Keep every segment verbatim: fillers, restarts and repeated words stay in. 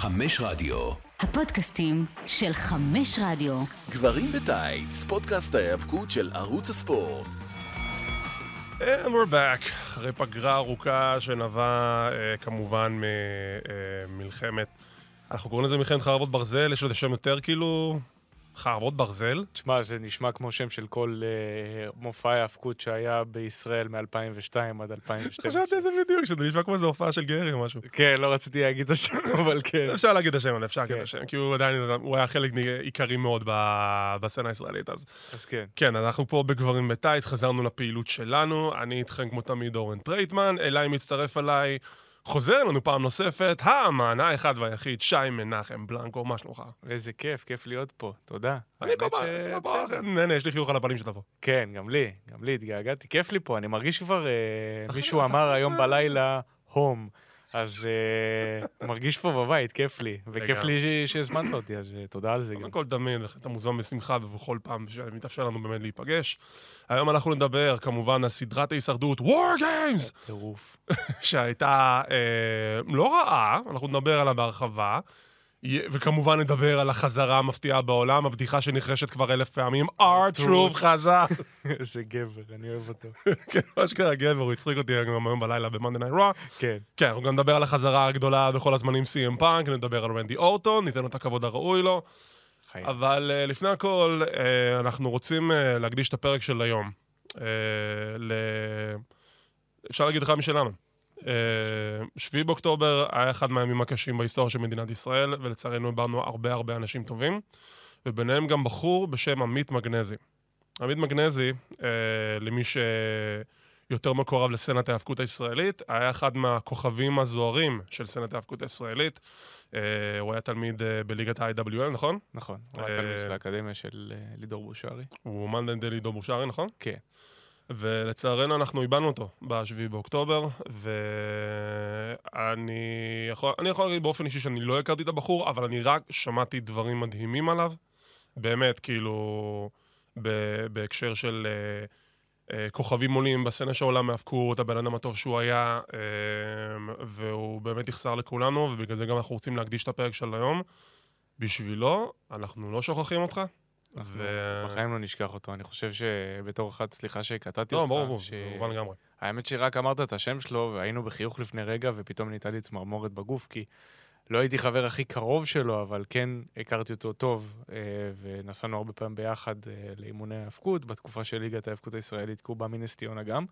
חמש רדיו. הפודקאסטים של חמש רדיו. גברים בטייץ, פודקאסט ההיאבקות של ערוץ הספורט. And we're back, אחרי פגרה ארוכה שנבעה uh, כמובן ממלחמת, uh, אנחנו קוראים לזה מלחמת חרבות ברזל, יש לזה שם יותר כאילו חרבות ברזל. תשמע, זה נשמע כמו שם של כל uh, מופע ההאבקות שהיה בישראל מ-אלפיים ושתיים עד אלפיים ושתים עשרה. חשבתי על זה בדיוק, שזה נשמע כמו איזו הופעה של גרי או משהו. כן, לא רציתי להגיד את השם, אבל כן. אפשר להגיד את השם, אפשר להגיד כן. את השם, כי הוא עדיין, הוא היה חלק עיקרי מאוד ב- בסצנה הישראלית, אז... אז כן. כן, אנחנו פה בגברים בטייץ, חזרנו לפעילות שלנו, אני איתכם כמו תמיד אורן טרייטמן, אליי מצטרף אליי, חוזר לנו פעם נוספת, האמן, האחד והיחיד, שי מנחם בלנקו, מה שלומך? איזה כיף, כיף להיות פה, תודה. אני כל פעם, נהנה, יש לי חיוך על הפנים שתבוא. כן, גם לי, גם לי, התגעגעתי, כיף לי פה, אני מרגיש כבר, מישהו אמר היום בלילה, הום. אז uh, מרגיש פה בבית, כיף לי, וכיף לי שהזמנת אותי, אז uh, תודה על זה גם. הכל תמיד, אתה מוזמן בשמחה ובכל פעם שמתאפשר לנו באמת להיפגש. היום אנחנו נדבר כמובן על סדרת ההישרדות, War Games! טירוף. שהייתה אה, לא רעה, אנחנו נדבר עליה בהרחבה, וכמובן נדבר על החזרה המפתיעה בעולם, הבדיחה שנחרשת כבר אלף פעמים, R-Truth חזר. איזה גבר, אני אוהב אותו. כן, מה שקרה גבר, הוא הצחיק אותי גם היום בלילה ב-Monday Night Raw. כן. כן, אנחנו גם נדבר על החזרה הגדולה בכל הזמנים סי אם פאנק, נדבר על רנדי אורטון, ניתן לו את הכבוד הראוי לו. חיים. אבל uh, לפני הכל, uh, אנחנו רוצים uh, להקדיש את הפרק של היום. Uh, ל... אפשר להגיד לך משלנו. שביעי באוקטובר היה אחד מהימים הקשים בהיסטוריה של מדינת ישראל, ולצערנו איבדנו הרבה הרבה אנשים טובים, וביניהם גם בחור בשם עמית מגנזי. עמית מגנזי, אה, למי שיותר מקורב לסצנת ההאבקות הישראלית, היה אחד מהכוכבים הזוהרים של סצנת ההאבקות הישראלית. אה, הוא היה תלמיד אה, בליגת ה-איי דאבליו אל, נכון? נכון, הוא היה תלמיד של האקדמיה של אה, לידור בושרי. הוא אומן על ידי לידור בושרי, נכון? כן. ולצערנו אנחנו איבדנו אותו בשביעי באוקטובר, ואני יכול, אני יכול להגיד באופן אישי שאני לא הכרתי את הבחור, אבל אני רק שמעתי דברים מדהימים עליו, באמת, כאילו, בהקשר של uh, uh, כוכבים עולים בסצנה שהעולם מהאבקות, הבן אדם הטוב שהוא היה, uh, והוא באמת יחסר לכולנו, ובגלל זה גם אנחנו רוצים להקדיש את הפרק של היום. בשבילו, אנחנו לא שוכחים אותך. בחיים לא נשכח אותו, אני חושב שבתור אחד, סליחה שקטעתי אותך. אותך. לא, ברור, ברור, לגמרי. האמת שרק אמרת את השם שלו, והיינו בחיוך לפני רגע, ופתאום ניתה לי צמרמורת בגוף, כי לא הייתי חבר הכי קרוב שלו, אבל כן הכרתי אותו טוב, ונסענו הרבה פעמים ביחד לאימוני ההאבקות, בתקופה של ליגת ההאבקות הישראלית, קובה מנס ציונה גם.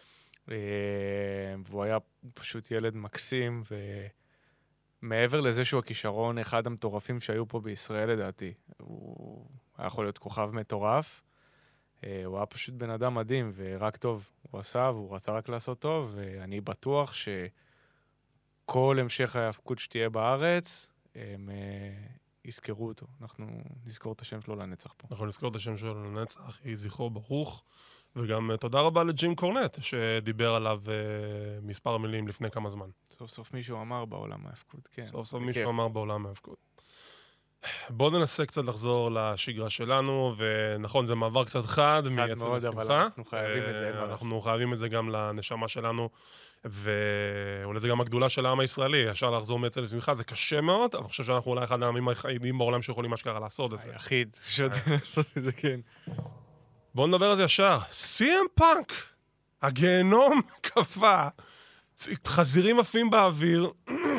והוא היה פשוט ילד מקסים, ו... מעבר לזה שהוא הכישרון, אחד המטורפים שהיו פה בישראל לדעתי. הוא היה יכול להיות כוכב מטורף. הוא היה פשוט בן אדם מדהים ורק טוב. הוא עשה והוא רצה רק לעשות טוב, ואני בטוח שכל המשך ההאבקות שתהיה בארץ, הם יזכרו אותו. אנחנו נזכור את השם שלו לנצח פה. אנחנו נזכור את השם שלו לנצח, יהי זכרו ברוך. וגם תודה רבה לג'ים קורנט, שדיבר עליו uh, מספר מילים לפני כמה זמן. סוף סוף מישהו אמר בעולם ההאבקות, כן. סוף סוף מישהו אמר בעולם ההאבקות. בואו ננסה קצת לחזור לשגרה שלנו, ונכון, זה מעבר קצת חד מעצם השמחה. אבל אנחנו חייבים את זה. אנחנו חייבים את זה גם לנשמה שלנו, ואולי זה גם הגדולה של העם הישראלי. אפשר לחזור מעצם השמחה, זה קשה מאוד, אבל אני חושב שאנחנו אולי אחד העמים היחידים בעולם שיכולים אשכרה לעשות את זה. היחיד, שיודע לעשות את זה, כן. בואו נדבר על זה ישר. סי אם פאנק, הגיהנום קפא, חזירים עפים באוויר,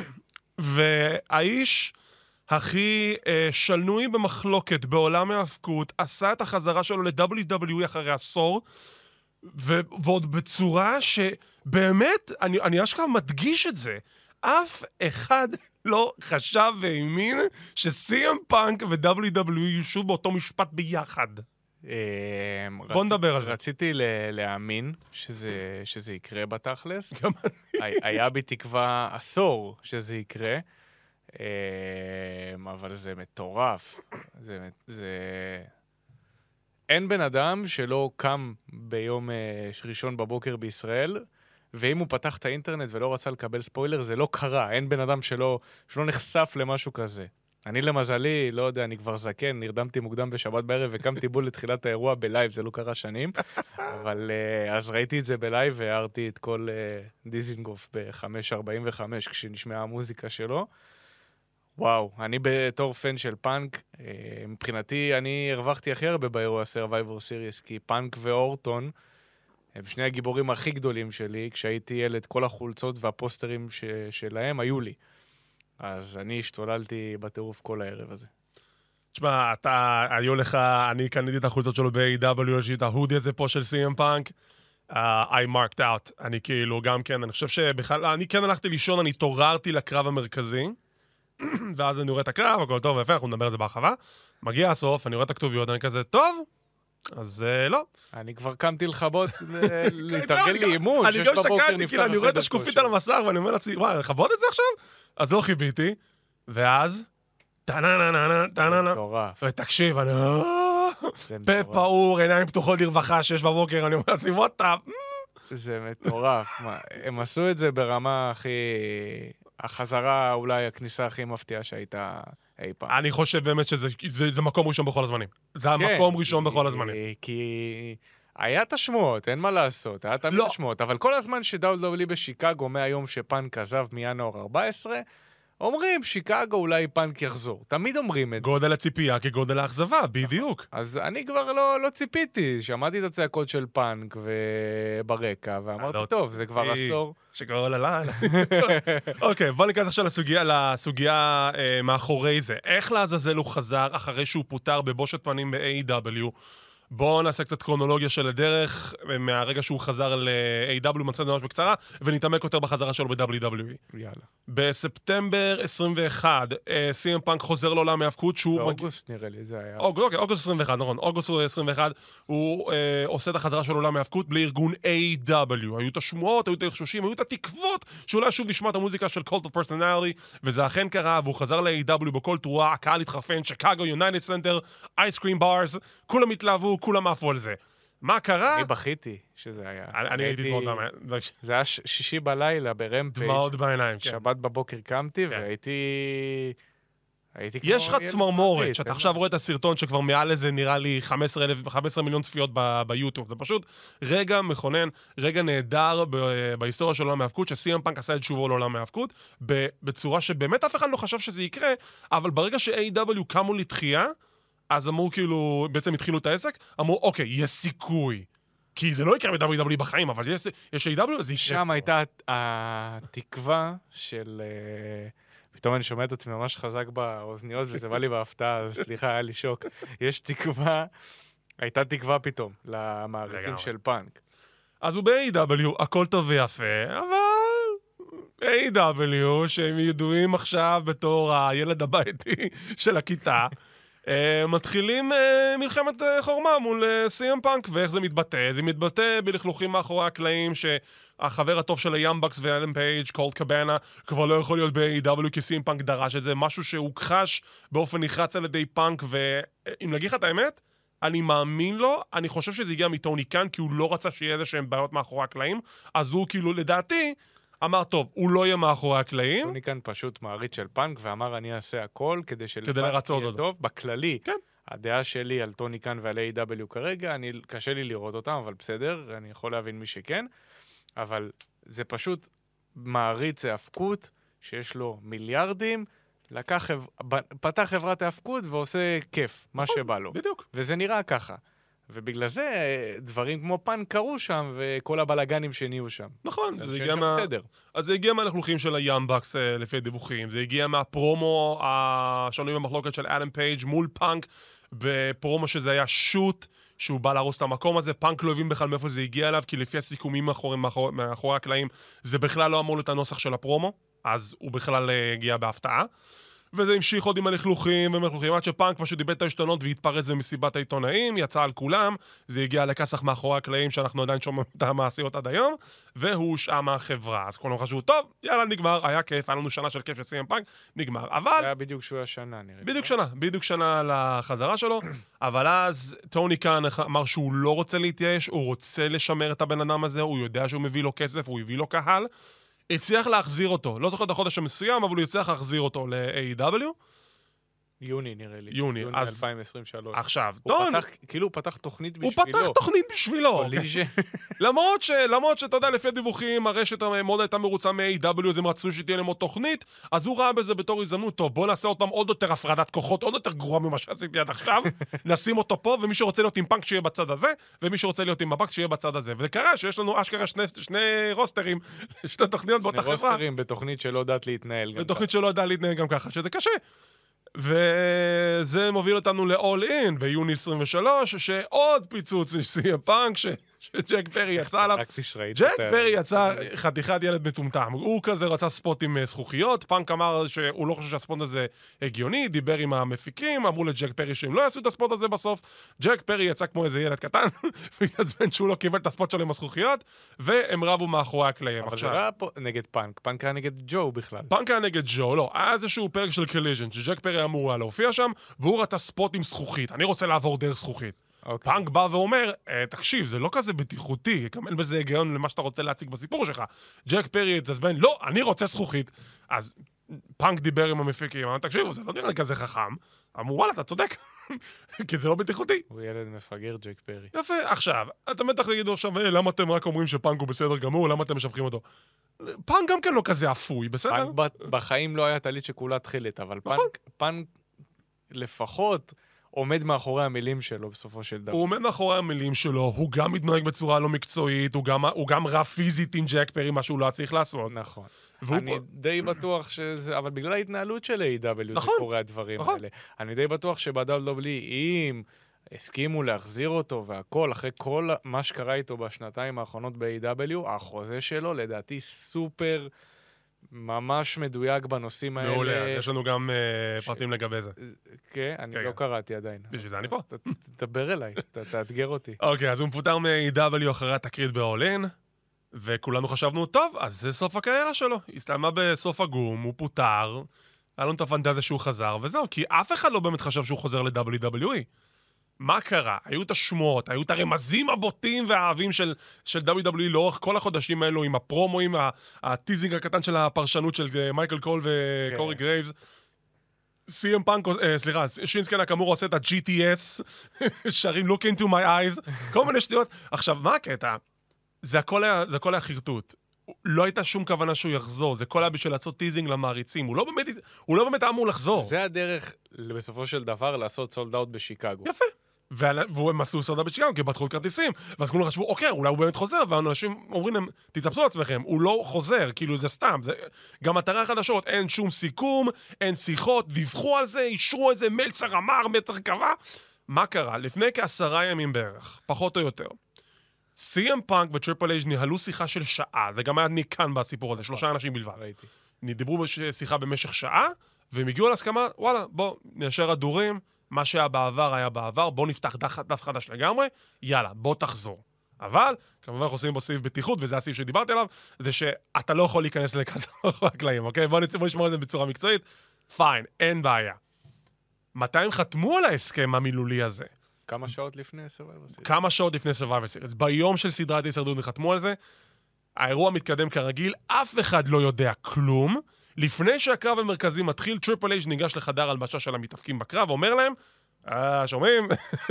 והאיש הכי אה, שנוי במחלוקת בעולם ההאבקות, עשה את החזרה שלו ל-דאבליו דאבליו אי אחרי עשור, ו- ועוד בצורה שבאמת, אני, אני אשכרה מדגיש את זה, אף אחד לא חשב והאמין שסי אם פאנק ו-דאבליו דאבליו אי יושו באותו משפט ביחד. בוא נדבר על זה. רציתי להאמין שזה, שזה יקרה בתכלס. גם אני. היה בי תקווה עשור שזה יקרה, אבל זה מטורף. זה, זה... אין בן אדם שלא קם ביום ראשון בבוקר בישראל, ואם הוא פתח את האינטרנט ולא רצה לקבל ספוילר, זה לא קרה. אין בן אדם שלא, שלא נחשף למשהו כזה. אני למזלי, לא יודע, אני כבר זקן, נרדמתי מוקדם בשבת בערב וקמתי בול לתחילת האירוע בלייב, זה לא קרה שנים, אבל אז ראיתי את זה בלייב והערתי את כל דיזינגוף ב-חמש ארבעים וחמש כשנשמעה המוזיקה שלו. וואו, אני בתור פן של פאנק, מבחינתי אני הרווחתי הכי הרבה באירוע Survivor Series, כי פאנק ואורטון הם שני הגיבורים הכי גדולים שלי. כשהייתי ילד, כל החולצות והפוסטרים ש- שלהם היו לי. אז אני השתוללתי בטירוף כל הערב הזה. תשמע, אתה, היו לך, אני קניתי את החולצות שלו ב-איי דאבליו, יש לי את ההודי הזה פה של סי אם פאנק. Uh, I marked out. אני כאילו גם כן, אני חושב שבכלל, אני כן הלכתי לישון, אני תוררתי לקרב המרכזי, ואז אני רואה את הקרב, הכל טוב ויפה, אנחנו נדבר על זה בהרחבה. מגיע הסוף, אני רואה את הכתוביות, אני כזה, טוב, אז uh, לא. אני כבר קמתי לכבות, להתארגן לי אימון, שש בבוקר נפתח החדר כושר. אני רואה את השקופית על המסך, ואני אומר לעצמי, וואי, לכבות את זה עכשיו? אז לא חיביתי, ואז, טה-נה-נה-נה, טה-נה-נה, ותקשיב, אני... פה פעור, עיניים פתוחות לרווחה, שש בבוקר, אני אומר לעצמי, ווטה. זה מטורף. הם עשו את זה ברמה הכי... החזרה, אולי הכניסה הכי מפתיעה שהייתה אי פעם. אני חושב באמת שזה מקום ראשון בכל הזמנים. זה המקום ראשון בכל הזמנים. כי היה את השמועות, אין מה לעשות, היה תמיד השמועות, אבל כל הזמן שדאבליו דאבליו אי בשיקגו, מהיום שפאנק עזב מינואר ארבע עשרה, אומרים, שיקגו אולי פאנק יחזור. תמיד אומרים את זה. גודל הציפייה כגודל האכזבה, בדיוק. אז אני כבר לא, לא ציפיתי. שמעתי את הצעקות של פאנק וברקע, ואמרתי, טוב, זה כבר עשור. שכבר עולה. אוקיי, בוא ניכנס עכשיו לסוגיה, לסוגיה אה, מאחורי זה. איך לעזאזל הוא חזר אחרי שהוא פוטר בבושת פנים ב-איי דאבליו? בואו נעשה קצת קרונולוגיה של הדרך, מהרגע שהוא חזר ל-איי דאבליו, מצא ממש בקצרה, ונתעמק יותר בחזרה שלו ב-דאבליו דאבליו אי. יאללה. בספטמבר עשרים ואחת, סי אם פאנק חוזר לעולם מהאבקות, שהוא... באוגוסט נראה לי, זה היה. אוקיי, אוגוסט עשרים ואחת, נכון. אוגוסט עשרים ואחת, הוא אה, עושה את החזרה של עולם מהאבקות בלי ארגון איי דאבליו. היו את השמועות, היו את החשושים, היו את התקוות, שאולי שוב נשמע את המוזיקה של Cult of Personality, וזה אכן קרה, והוא חזר ל-איי דאבליו בכל תרועה, הקהל התחרפן, שיקגו, יונייטד סנטר, אייס קרים ברס, כולם התלהבו, כולם עפו על זה. מה קרה? אני בכיתי שזה היה. אני הייתי דמעות בעיניים. זה היה שישי בלילה ברמפייג'. דמעות בעיניים, כן. שבת בבוקר קמתי והייתי... יש לך צמרמורת, שאתה עכשיו רואה את הסרטון שכבר מעל לזה נראה לי חמישה עשר מיליון צפיות ביוטיוב. זה פשוט רגע מכונן, רגע נהדר בהיסטוריה של עולם ההאבקות, שסי אם פאנק עשה את שובו לעולם ההאבקות, בצורה שבאמת אף אחד לא חשב שזה יקרה, אבל ברגע ש-איי דאבליו קמו לתחייה, אז אמרו כאילו, בעצם התחילו את העסק, אמרו, אוקיי, יש סיכוי. כי זה לא יקרה ב-דאבליו דאבליו אי בחיים, אבל יש, יש איי דאבליו, אז יקרה. שם הייתה התקווה של... פתאום אני שומע את עצמי ממש חזק באוזניות, וזה בא לי בהפתעה, סליחה, היה לי שוק. יש תקווה, הייתה תקווה פתאום, למעריצים של פאנק. אז הוא ב-איי דאבליו, הכל טוב ויפה, אבל... איי דאבליו, שהם ידועים עכשיו בתור הילד הביתי של הכיתה, מתחילים מלחמת חורמה מול סי אם פאנק, ואיך זה מתבטא? זה מתבטא בלכלוכים מאחורי הקלעים, שהחבר הטוב של היאמבקס ואלן פייג', קולט קבאנה, כבר לא יכול להיות ב-איי דאבליו, כי סי אם פאנק דרש את זה, משהו שהוכחש באופן נחרץ על ידי פאנק, ואם נגיד לך את האמת, אני מאמין לו, אני חושב שזה הגיע מטוני קאן, כי הוא לא רצה שיהיה איזה שהם בעיות מאחורי הקלעים, אז הוא כאילו, לדעתי, אמר, טוב, הוא לא יהיה מאחורי הקלעים. טוני קאן פשוט מעריץ של פאנק, ואמר, אני אעשה הכל כדי שלפאנק יהיה טוב. בכללי, כן. הדעה שלי על טוני קאן ועל איי דאבליו כרגע, אני, קשה לי לראות אותם, אבל בסדר, אני יכול להבין מי שכן, אבל זה פשוט מעריץ ההפקות, שיש לו מיליארדים, לקח, פתח חברת ההפקות ועושה כיף, מה שבא לו. בדיוק. וזה נראה ככה. ובגלל זה דברים כמו פאנק קרו שם, וכל הבלגנים שנהיו שם. נכון, זה הגיע מה... אז זה הגיע מהלכלוכים של היאמבקס לפי דיווחים, זה הגיע מהפרומו השנוי במחלוקת של אדם פייג' מול פאנק, בפרומו שזה היה שוט, שהוא בא להרוס את המקום הזה, פאנק לא הבין בכלל מאיפה זה הגיע אליו, כי לפי הסיכומים מאחורי, מאחורי, מאחורי הקלעים, זה בכלל לא אמור להיות הנוסח של הפרומו, אז הוא בכלל הגיע בהפתעה. וזה המשיך עוד עם הלכלוכים ומלכלוכים, עד שפאנק פשוט איבד את העשתונות והתפרץ במסיבת העיתונאים, יצא על כולם, זה הגיע לכסח מאחורי הקלעים שאנחנו עדיין שומעים את המעשיות עד היום, והוא הושעה מהחברה. אז כולם חשבו, טוב, יאללה, נגמר, היה כיף, היה לנו שנה של כיף של סי אם פאנק, נגמר. אבל... זה היה בדיוק שהוא השנה, נראה. בדיוק שנה, בדיוק שנה לחזרה שלו, אבל אז טוני קאן אמר שהוא לא רוצה להתייאש, הוא רוצה לשמר את הבן אדם הזה, הוא יודע שהוא מביא לו כסף, הוא הביא לו קהל, הצליח להחזיר אותו, לא זוכר את החודש המסוים, אבל הוא הצליח להחזיר אותו ל-איי דאבליו, יוני נראה לי. יוני, יוני אז- אלפיים עשרים ושלוש. עכשיו, הוא טון, פתח, כאילו הוא פתח תוכנית הוא בשבילו. פתח תוכנית בשבילו. קוליז'ן. למרות ש... למרות שאתה יודע, לפי הדיווחים, הרשת מאוד הייתה מרוצה מ-איי דאבליו, אז הם רצו שתהיה להם עוד תוכנית, אז הוא ראה בזה בתור הזדמנות, טוב, בוא נעשה אותם עוד יותר הפרדת כוחות, עוד יותר גרוע ממה שעשיתי עד עכשיו, נשים אותו פה, ומי שרוצה להיות עם פאנק שיהיה בצד הזה, ומי שרוצה להיות עם הפאנק שיהיה בצד הזה. וזה קרה שיש לנו אשכרה שני, שני רוסטרים, שתי תוכניות באותה חברה, רוסטרים בתוכנית שלא יודעת להתנהל. גם בתוכנית שלא יודע להתנהל גם ככה, שזה קשה. וזה מוביל אותנו ל-all in ביוני עשרים ושלוש, שעוד פיצוץ סי אם פאנק, ש... שג'ק פרי יצא עליו. רק תשראית. ג'ק פרי יצא חתיכת ילד מטומטם. הוא כזה רצה ספוט עם זכוכיות, פאנק אמר שהוא לא חושב שהספוט הזה הגיוני, דיבר עם המפיקים, אמרו לג'ק פרי שהם לא יעשו את הספוט הזה בסוף. ג'ק פרי יצא כמו איזה ילד קטן, והתעצבן שהוא לא קיבל את הספוט שלו עם הזכוכיות, והם רבו מאחורי הקלעים. אבל זה לא היה פה נגד פאנק, פאנק היה נגד ג'ו בכלל. פאנק היה נגד ג'ו, לא, היה איזשהו פרק של קליז'ן, שג'ק פרי אמור היה להופיע שם, והוא רצה ספוט עם זכוכית. אני רוצה לעבור דרך זכוכית. אוקיי. פאנק בא ואומר, אה, תקשיב, זה לא כזה בטיחותי, יקבל בזה היגיון למה שאתה רוצה להציג בסיפור שלך. ג'ק פרי התעצבן, לא, אני רוצה זכוכית. אז פאנק דיבר עם המפיקים, אמר, תקשיבו, זה לא נראה לי כזה חכם. אמרו, וואלה, אתה צודק, כי זה לא בטיחותי. הוא ילד מפגר, ג'ק פרי. יפה, עכשיו, אתם בטח תגידו עכשיו, "אה, למה אתם רק אומרים שפאנק הוא בסדר גמור, למה אתם משבחים אותו? פאנק גם כן לא כזה אפוי, בסדר? פאנק ב- בחיים לא היה טלית שכולה תכלת, אבל נכון. פאנק, פאנק לפחות עומד מאחורי המילים שלו בסופו של דבר. הוא עומד מאחורי המילים שלו, הוא גם מתנהג בצורה לא מקצועית, הוא גם, הוא גם רע פיזית עם ג'ק פרי, מה שהוא לא היה צריך לעשות. נכון. והוא אני פה- די בטוח שזה, אבל בגלל ההתנהלות של איי דאבליו זה נכון, קורה הדברים נכון. האלה. אני די בטוח שב-דאבליו דאבליו אי, אם הסכימו להחזיר אותו והכל, אחרי כל מה שקרה איתו בשנתיים האחרונות ב-איי דאבליו, החוזה שלו לדעתי סופר ממש מדויק בנושאים האלה. מעולה, יש לנו גם אה, ש- פרטים לגבי זה. כן, אני כן, לא כן. קראתי עדיין. בשביל זה אני פה. ת- ת- תדבר אליי, ת- תאתגר אותי. אוקיי, אז הוא מפוטר מ-איי דאבליו אחרי התקרית ב-all in, וכולנו חשבנו, טוב, אז זה סוף הקריירה שלו. הסתיימה בסוף הגום, הוא פוטר, היה לנו את הפנטזיה שהוא חזר, וזהו, כי אף אחד לא באמת חשב שהוא חוזר ל-דאבליו דאבליו אי. מה קרה? היו את השמועות, היו את הרמזים הבוטים והאהבים של, של דאבליו דאבליו אי לאורך כל החודשים האלו, עם הפרומואים, ה- הטיזינג הקטן של הפרשנות של אה, מייקל קול וקורי כן. גרייבס. סי אם פאנק, אה, סליחה, שינסקי נקמורה עושה את ה-ג'י טי אס, שרים Look into my eyes, כל מיני שטויות. עכשיו, מה הקטע? זה הכל היה, זה הכל היה חרטוט. לא הייתה שום כוונה שהוא יחזור, זה הכל היה בשביל לעשות טיזינג למעריצים. הוא לא באמת, הוא לא באמת היה אמור לחזור. זה הדרך, בסופו של דבר, לעשות סולד אאוט בשיקגו. יפה. והם עשו סודה בשיקגו, כי פתחו כרטיסים. ואז כולם חשבו, אוקיי, אולי הוא באמת חוזר, ואנשים אומרים להם, תתאפסו לעצמכם, הוא לא חוזר, כאילו זה סתם. זה... גם מטרה החדשות, אין שום סיכום, אין שיחות, דיווחו על זה, אישרו איזה מלצר אמר, מלצר קבע. מה קרה? לפני כעשרה ימים בערך, פחות או יותר. סי אם פאנק וטריפל אייג' ניהלו שיחה של שעה, זה גם היה ניק כאן בסיפור הזה, שלושה אנשים בלבד. ראיתי. דיברו בשיחה במשך שעה, והם הגיעו להסכמה, וואלה, בוא, ניישר הדורים, מה שהיה בעבר היה בעבר, בוא נפתח דף, דף חדש לגמרי, יאללה, בוא תחזור. אבל, כמובן אנחנו עושים בו סעיף בטיחות, וזה הסעיף שדיברתי עליו, זה שאתה לא יכול להיכנס לכזה אחרי הקלעים, אוקיי? בוא, נצ... בוא נשמור על זה בצורה מקצועית. פיין, אין בעיה. מתי הם חתמו על ההסכם המילולי הזה? כמה שעות לפני Survivor Series? כמה שעות לפני Survivor Series. ביום של סדרת הישרדות הם חתמו על זה, האירוע מתקדם כרגיל, אף אחד לא יודע כלום. לפני שהקרב המרכזי מתחיל, טריפל אייג' ניגש לחדר הלבשה של המתאפקים בקרב, אומר להם, אה, שומעים?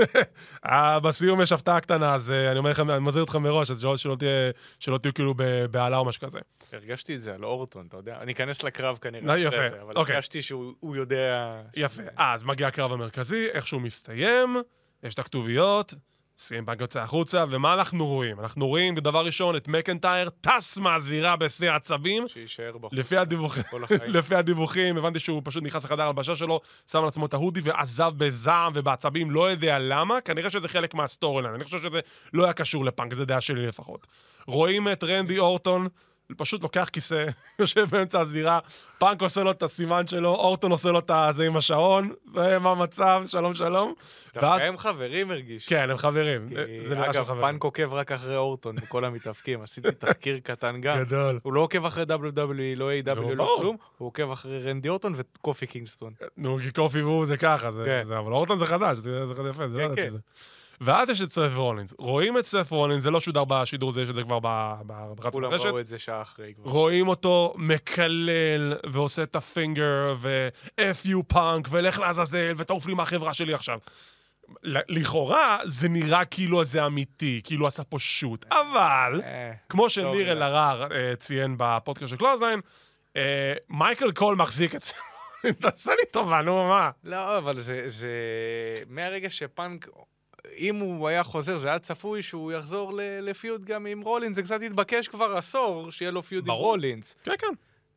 אה, בסיום יש הפתעה קטנה, אז אה, אני אומר לכם, אני מזהיר אתכם מראש, אז שלא, שלא, תהיה, שלא תהיו כאילו בעלה או משהו כזה. הרגשתי את זה על אורטון, אתה יודע? אני אכנס לקרב כנראה. לא, יפה, אחרי זה, אבל אוקיי. הרגשתי שהוא הוא יודע... יפה. אז מגיע הקרב המרכזי, איכשהו מסתיים, יש את הכתוביות, סי אם פאנק יוצא החוצה, ומה אנחנו רואים? אנחנו רואים, בדבר ראשון, את מקנטייר טס מהזירה בשיא העצבים. שישאר בחוץ. לפי הדיווחים, כל החיים. לפי הדיווחים, הבנתי שהוא פשוט נכנס לחדר הלבשה שלו, שם על עצמו את ההודי ועזב בזעם ובעצבים, לא יודע למה, כנראה שזה חלק מהסטורי ליין, אני חושב שזה לא היה קשור לפאנק, זה דעה שלי לפחות. רואים את רנדי אורטון, פשוט לוקח כיסא, יושב באמצע הזירה, פאנק עושה לו את הסימן שלו, אורטון עושה לו את זה עם השעון, ומה המצב, שלום שלום. דווקא הם חברים הרגיש. כן, הם חברים. כי, זה נראה שהם אגב, חברים. פאנק עוקב רק אחרי אורטון וכל המתאבקים, עשיתי תחקיר קטן גם. גדול. הוא לא עוקב אחרי דאבליו דאבליו אי, לא איי דאבליו, לא ברור. כלום, הוא עוקב אחרי רנדי אורטון וקופי קינגסטון. נו, כי קופי והוא זה ככה, זה, כן. זה, אבל אורטון זה חדש, זה, זה יפה, זה לא כן, ידעתי כן. זה. ואז יש את סף רולינס. רואים את סף רולינס, זה לא שודר בשידור, זה יש את זה כבר ברצת כולם ברשת. ראו את זה שעה אחרי כבר. רואים אותו מקלל, ועושה את הפינגר, ו-F you punk, ולך לעזאזל, ותעוף לי מהחברה שלי עכשיו. לכאורה, זה נראה כאילו זה אמיתי, כאילו עשה פה שוט. אבל, כמו שניר אלהרר ציין בפודקאסט של קלוזליין, מייקל קול מחזיק את זה. תעשה לי טובה, נו, מה? לא, אבל זה... מהרגע שפאנק, אם הוא היה חוזר, זה היה צפוי שהוא יחזור לפיוד גם עם רולינס. זה קצת התבקש כבר עשור שיהיה לו פיוד עם רולינס. כן, כן.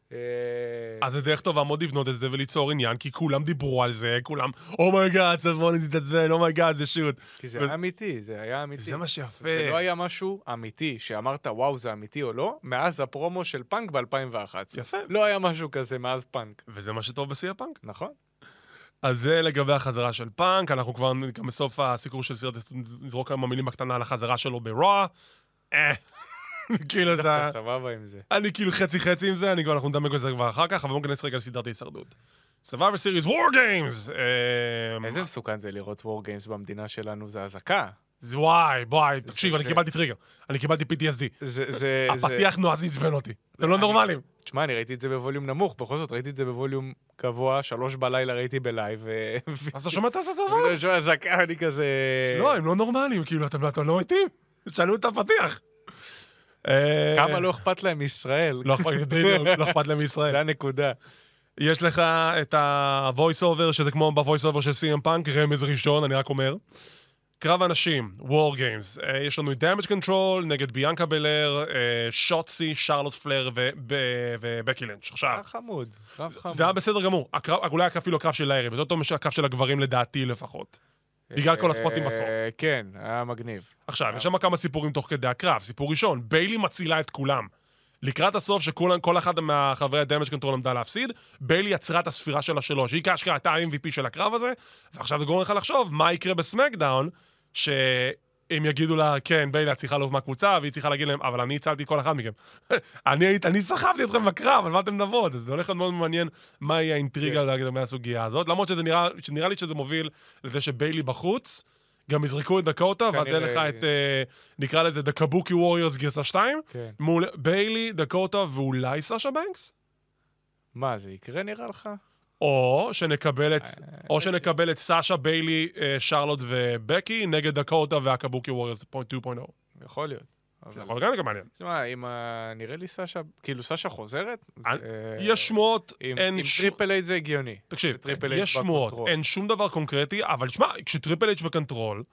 אז זה דרך טובה מאוד לבנות את זה וליצור עניין, כי כולם דיברו על זה, כולם, אומייגאד, סף רולינס התעצבן, אומייגאד, זה שוט. כי זה היה אמיתי, זה היה אמיתי. זה מה שיפה. זה לא היה משהו אמיתי, שאמרת, וואו, זה אמיתי או לא, מאז הפרומו של פאנק ב-אלפיים ואחת עשרה. יפה. לא היה משהו כזה מאז פאנק. וזה מה שטוב בשיא הפאנק. נכון. אז זה לגבי החזרה של פאנק, אנחנו כבר גם בסוף הסיקור של סרט, נזרוק כמה מילים בקטנה על החזרה שלו ברוע. אה. כאילו זה... סבבה עם זה. אני כאילו חצי חצי עם זה, אני כבר, אנחנו נדמק בזה כבר אחר כך, אבל בואו נכנס רגע לסדרת ההישרדות. Survivor Series War Games! איזה מסוכן זה לראות War Games במדינה שלנו, זה הזקה. זה וואי, בואי, תקשיב, אני קיבלתי טריגר. אני קיבלתי פי טי אס די. הפתיח נועז עצבן אותי. אתם לא נורמליים. תשמע, אני ראיתי את זה בווליום נמוך, בכל זאת ראיתי את זה בווליום גבוה, שלוש בלילה ראיתי בלייב. אז אתה שומע את הדבר? אני שומע זקה, אני כזה... לא, הם לא נורמליים, כאילו, אתם לא מתים. שאלו את הפתיח. כמה לא אכפת להם מישראל. לא אכפת להם מישראל. זה הנקודה. יש לך את ה-voice over, שזה כמו ב-voice over של סי אם Punk, רמז ראשון, אני רק אומר. קרב אנשים, War Games. יש לנו את Damage Control נגד ביאנקה בלר, שוטסי, שרלוט פלר ובקי לינץ'. עכשיו, חמוד, קרב חמוד. זה היה בסדר גמור. אולי אפילו הקרב של הערב, יותר טוב מהקרב של הגברים לדעתי לפחות. בגלל כל הספוטים בסוף. כן, היה מגניב. עכשיו, יש שם כמה סיפורים תוך כדי הקרב. סיפור ראשון, ביילי מצילה את כולם. לקראת הסוף, שכל אחד מהחברי הדמג' קונטרול עמדה להפסיד, ביילי יצרה את הספירה שלה שלו, שהיא כאשכרה הייתה ה-אם וי פי של הקרב הזה, ועכשיו זה גורם לך לחשוב מה יקרה בסמקדאון, שהם יגידו לה, כן, ביילי, את צריכה לעוף מהקבוצה, והיא צריכה להגיד להם, אבל אני הצלתי כל אחד מכם. אני, אני סחבתי אתכם בקרב, על מה אתם נבוד? אז זה הולך להיות מאוד מעניין מה יהיה האינטריגה לגבי הסוגיה הזאת, למרות שזה נראה, שנראה לי שזה מוביל לזה שביילי בחוץ, גם יזרקו את דקוטה, ואז יהיה לך את, נקרא לזה, The Kabuki Warriors גרסה שתיים, מול ביילי, דקוטה ואולי סאשה בנקס? מה, זה יקרה נראה לך? או שנקבל את, או שנקבל את סאשה, ביילי, שרלוט ובקי, נגד דקוטה והקבוקי ווריורס שתיים נקודה אפס. יכול להיות. זה יכול גם מעניין. תשמע, אם נראה לי סאשה, כאילו סאשה חוזרת? יש שמועות, עם טריפל אייץ' זה הגיוני. תקשיב, יש שמועות, אין שום דבר קונקרטי, אבל תשמע, כשטריפל אייץ' בקונטרול,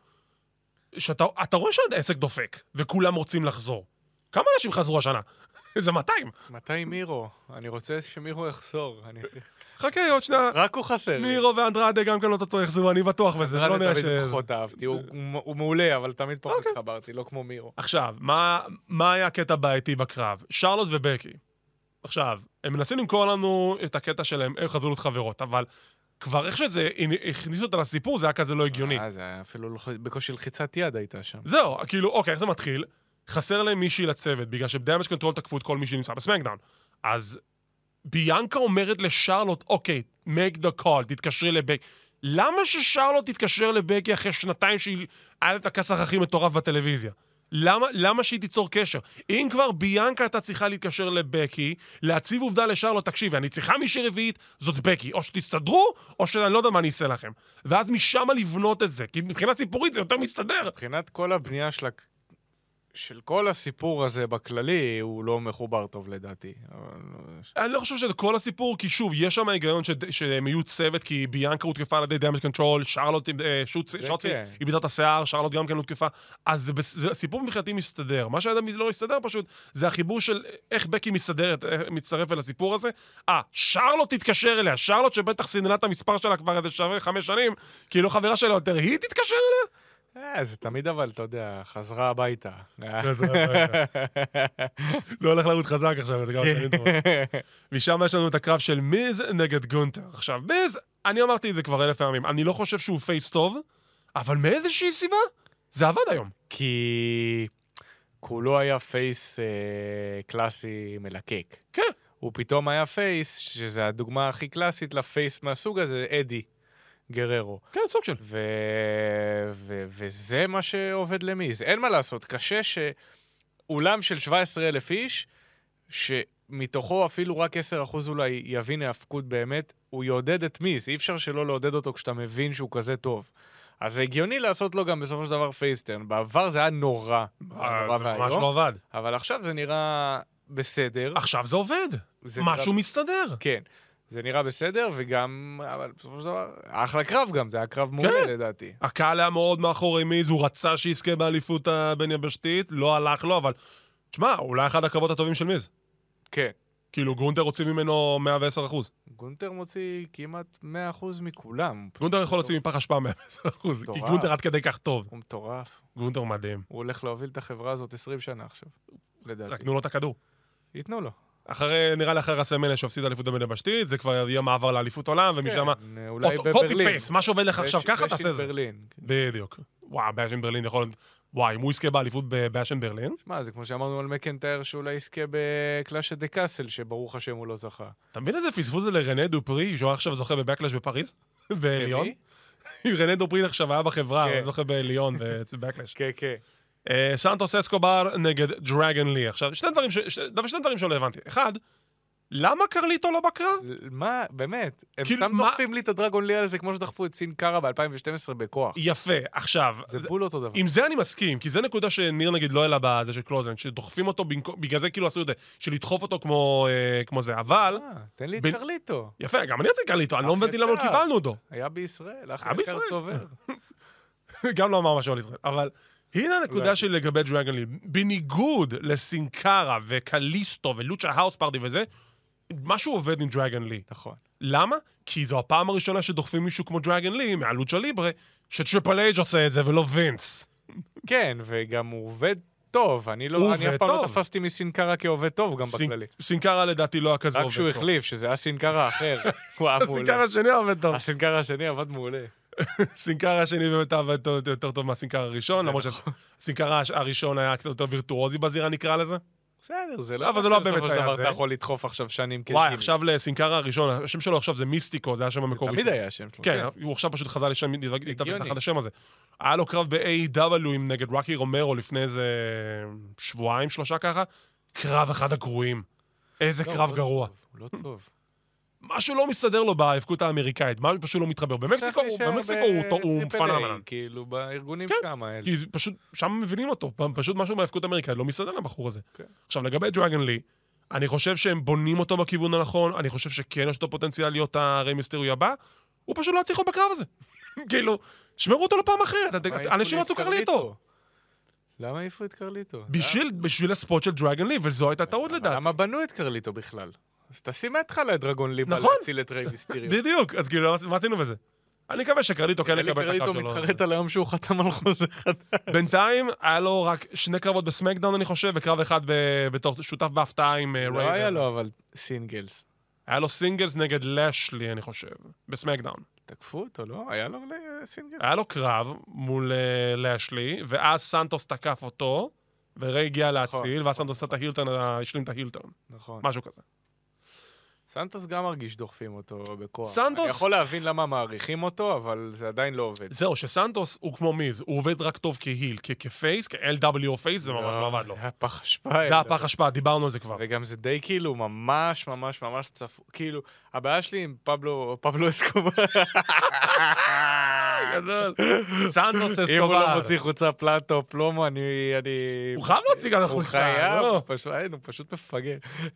אתה רואה שעוד עסק דופק, וכולם רוצים לחזור. כמה אנשים חזרו השנה? זה מאתיים. מאתיים מירו. אני רוצה שמירו יחזור. חכה, עוד שנייה. רק הוא חסר. מירו ואנדרדה גם כן לא תצטרך יחזרו, אני בטוח בזה. אנדרדה תמיד פחות אהבתי, הוא מעולה, אבל תמיד פחות התחברתי, לא כמו מירו. עכשיו, מה היה הקטע בעייתי בקרב? שרלוט ובקי. עכשיו, הם מנסים למכור לנו את הקטע שלהם, הם חזרו להיות חברות, אבל כבר איך שזה, הכניסו אותה לסיפור, זה היה כזה לא הגיוני. אה, זה היה אפילו בקושי לחיצת יד הייתה שם. זהו, כאילו, אוקיי, איך זה מתחיל? חסר להם מישהי לצוות, בגלל שבדמג' קונטרול תקפו את כל מי שנמצא בסמקדאון. אז ביאנקה אומרת לשרלוט, אוקיי, make the call, תתקשרי לבקי. למה ששרלוט תתקשר לבקי אחרי שנתיים שהיא היה את הכסח הכי מטורף בטלוויזיה? למה, למה שהיא תיצור קשר? אם כבר ביאנקה הייתה צריכה להתקשר לבקי, להציב עובדה לשרלוט, תקשיבי, אני צריכה מישהי רביעית, זאת בקי. או שתסתדרו, או שאני לא יודע מה אני אעשה לכם. ואז משם לבנות את זה, כי מבחינה סיפורית זה יותר מסתדר. מבחינת כל הבנייה של של כל הסיפור הזה בכללי, הוא לא מחובר טוב לדעתי. אני לא חושב שזה כל הסיפור, כי שוב, יש שם היגיון שהם יהיו צוות, כי ביאנקה הותקפה על ידי דמג' קונטרול, שרלוט, שוצי, היא ביטת השיער, שרלוט גם כן הותקפה, אז הסיפור מבחינתי מסתדר. מה שהאדם לא מסתדר פשוט, זה החיבור של איך בקי מסתדרת, מצטרפת לסיפור הזה. אה, שרלוט תתקשר אליה, שרלוט שבטח סיננה את המספר שלה כבר איזה שווה חמש שנים, כי היא לא חברה שלה יותר, היא תתקשר אליה? אה, זה תמיד אבל, אתה יודע, חזרה הביתה. זה הולך לרוץ חזק עכשיו, זה גם שנים טובות. ושם יש לנו את הקרב של מיז נגד גונטר. עכשיו, מיז, אני אמרתי את זה כבר אלף פעמים, אני לא חושב שהוא פייס טוב, אבל מאיזושהי סיבה, זה עבד היום. כי כולו היה פייס קלאסי מלקק. כן. הוא פתאום היה פייס, שזה הדוגמה הכי קלאסית לפייס מהסוג הזה, אדי. גררו. כן, סוג של. ו... ו... וזה מה שעובד למיז. אין מה לעשות, קשה שאולם של שבעה עשר אלף איש, שמתוכו אפילו רק עשרה אחוז אולי יבין ההפקות באמת, הוא יעודד את מיז. אי אפשר שלא לעודד אותו כשאתה מבין שהוא כזה טוב. אז זה הגיוני לעשות לו גם בסופו של דבר פייסטרן. בעבר זה היה נורא. זה היה נורא והיום. ממש לא עבד. אבל עכשיו זה נראה בסדר. עכשיו זה עובד. זה משהו נראה... מסתדר. כן. זה נראה בסדר, וגם, אבל בסופו של דבר, אחלה קרב גם, זה היה קרב מעולה לדעתי. הקהל היה מאוד מאחורי מיז, הוא רצה שיזכה באליפות הבין יבשתית, לא הלך לו, אבל... תשמע, אולי אחד הקרבות הטובים של מיז. כן. כאילו, גונטר הוציא ממנו מאה ועשר אחוז. גונטר מוציא כמעט מאה אחוז מכולם. גונטר יכול להוציא מפח השפעה מאה ועשר אחוז, כי גונטר עד כדי כך טוב. הוא מטורף. גונטר מדהים. הוא הולך להוביל את החברה הזאת עשרים שנה עכשיו, לדעתי. רק תנו לו את הכדור. ייתנו לו. אחרי, נראה לי אחרי רסמניה שהפסיד אליפות הבין יבשתית, זה כבר יהיה מעבר לאליפות עולם, ומשם... כן, אולי בברלין. מה שעובד לך עכשיו ככה, תעשה זה. ברלין. בדיוק. וואו, באשן ברלין יכול... וואי, אם הוא יזכה באליפות באשן ברלין... שמע, זה כמו שאמרנו על מקנטייר, שאולי יזכה בקלאש דה קאסל, שברוך השם הוא לא זכה. אתה מבין איזה פספוס זה לרנה דופרי, שהוא עכשיו זוכה בבקלאש בפריז? בעליון? רנה דופרי עכשיו היה בחברה, הוא זוכה בעליון ובקלאש. כן, כן. סנטוס אסקובר נגד דרגן לי. עכשיו, שני דברים, שני דברים שלא הבנתי. אחד, למה קרליטו לא בקרב? מה, באמת? הם סתם דוחפים לי את הדרגון לי על זה כמו שדחפו את סין קארה ב-אלפיים ושתים עשרה בכוח. יפה, עכשיו... זה בול אותו דבר. עם זה אני מסכים, כי זה נקודה שניר נגיד לא העלה בזה של קלוזן, שדוחפים אותו, בגלל זה כאילו עשו את זה, של לדחוף אותו כמו זה, אבל... תן לי את קרליטו. יפה, גם אני רציתי קרליטו, אני לא מביתי למה לא קיבלנו אותו. היה בישראל, אחרי יקר צובר. גם לא אמר משהו על ישראל, אבל... הנה הנקודה שלי לגבי דרגן לי. בניגוד לסינקרה וקליסטו ולוצ'ה האוס פארטי וזה, משהו עובד עם דרגן לי. נכון. למה? כי זו הפעם הראשונה שדוחפים מישהו כמו דרגן לי, מהלוצ'ה ליברה, שטריפל אייג' עושה את זה ולא וינס. כן, וגם הוא עובד טוב. אני לא, אני אף פעם לא תפסתי מסינקרה כעובד טוב, גם בכללי. סינקרה לדעתי לא היה כזה עובד טוב. רק שהוא החליף, שזה היה סינקרה אחר. הסינקרה השני עובד טוב. הסינקרה השני עבד מעולה. סינקרה השני באמת עבד יותר טוב מהסינקרה הראשון, למרות שהסינקרה הראשון היה קצת יותר וירטואוזי בזירה, נקרא לזה. בסדר, זה לא... אבל זה לא באמת היה זה. אתה יכול לדחוף עכשיו שנים כגיל. וואי, עכשיו לסינקרה הראשון, השם שלו עכשיו זה מיסטיקו, זה היה השם המקורי. תמיד היה השם שלו. כן, הוא עכשיו פשוט חזר לשם, להתאבד תחת השם הזה. היה לו קרב ב-איי איי דאבליו נגד רוקי רומרו לפני איזה שבועיים, שלושה ככה. קרב אחד הגרועים. איזה קרב גרוע. הוא לא טוב. משהו לא מסתדר לו בהאבקות האמריקאית, משהו פשוט לא מתחבר. במקסיקו הוא פנאמן. כאילו, בארגונים שם האלה. כי פשוט, שם מבינים אותו. פשוט משהו בהאבקות האמריקאית לא מסתדר לבחור הזה. עכשיו, לגבי דרגן לי, אני חושב שהם בונים אותו בכיוון הנכון, אני חושב שכן יש אותו פוטנציאל להיות הרי מיסטריו הבא, הוא פשוט לא יצליחו בקרב הזה. כאילו, שמרו אותו לפעם אחרת, אנשים רצו קרליטו. למה העיפו את קרליטו? בשביל הספוט של דרגן לי, וזו הייתה טעות לדעת. למה בנו את קרליטו בכלל? אז תשים מהתחלה את דרגון ליבה להציל את ריי מיסטריו. בדיוק, אז כאילו, מה עשינו בזה? אני מקווה שקרליטו כן יקבל את הקרב שלו. קרליטו מתחרט על היום שהוא חתם על חוזה חדש. בינתיים, היה לו רק שני קרבות בסמקדאון, אני חושב, וקרב אחד בתור שותף בהפתעה עם ריי. לא היה לו, אבל סינגלס. היה לו סינגלס נגד לשלי, אני חושב, בסמקדאון. תקפו אותו, לא? היה לו סינגלס? היה לו קרב מול לשלי, ואז סנטוס תקף אותו, וריי הגיע להציל, ואז סנטוס עשה את ההילטרן, השלים את ההילטרן. נכון. משהו כזה. סנטוס גם מרגיש דוחפים אותו בכוח. סנטוס... אני יכול להבין למה מעריכים אותו, אבל זה עדיין לא עובד. זהו, שסנטוס הוא כמו מיז, הוא עובד רק טוב כהיל, כפייס, כ-אל דאבליו פייס, זה ממש לא עבד לו. זה היה פח השפעה. זה היה פח השפעה, דיברנו על זה כבר. וגם זה די כאילו ממש ממש ממש צפו, כאילו, הבעיה שלי עם פבלו, פבלו אסקובר. גדול. סנטוס אסקובר. אם הוא לא מוציא חוצה פלטו, פלומו, אני... הוא חייב להוציא גם חוצה, לא? הוא פשוט מפגר.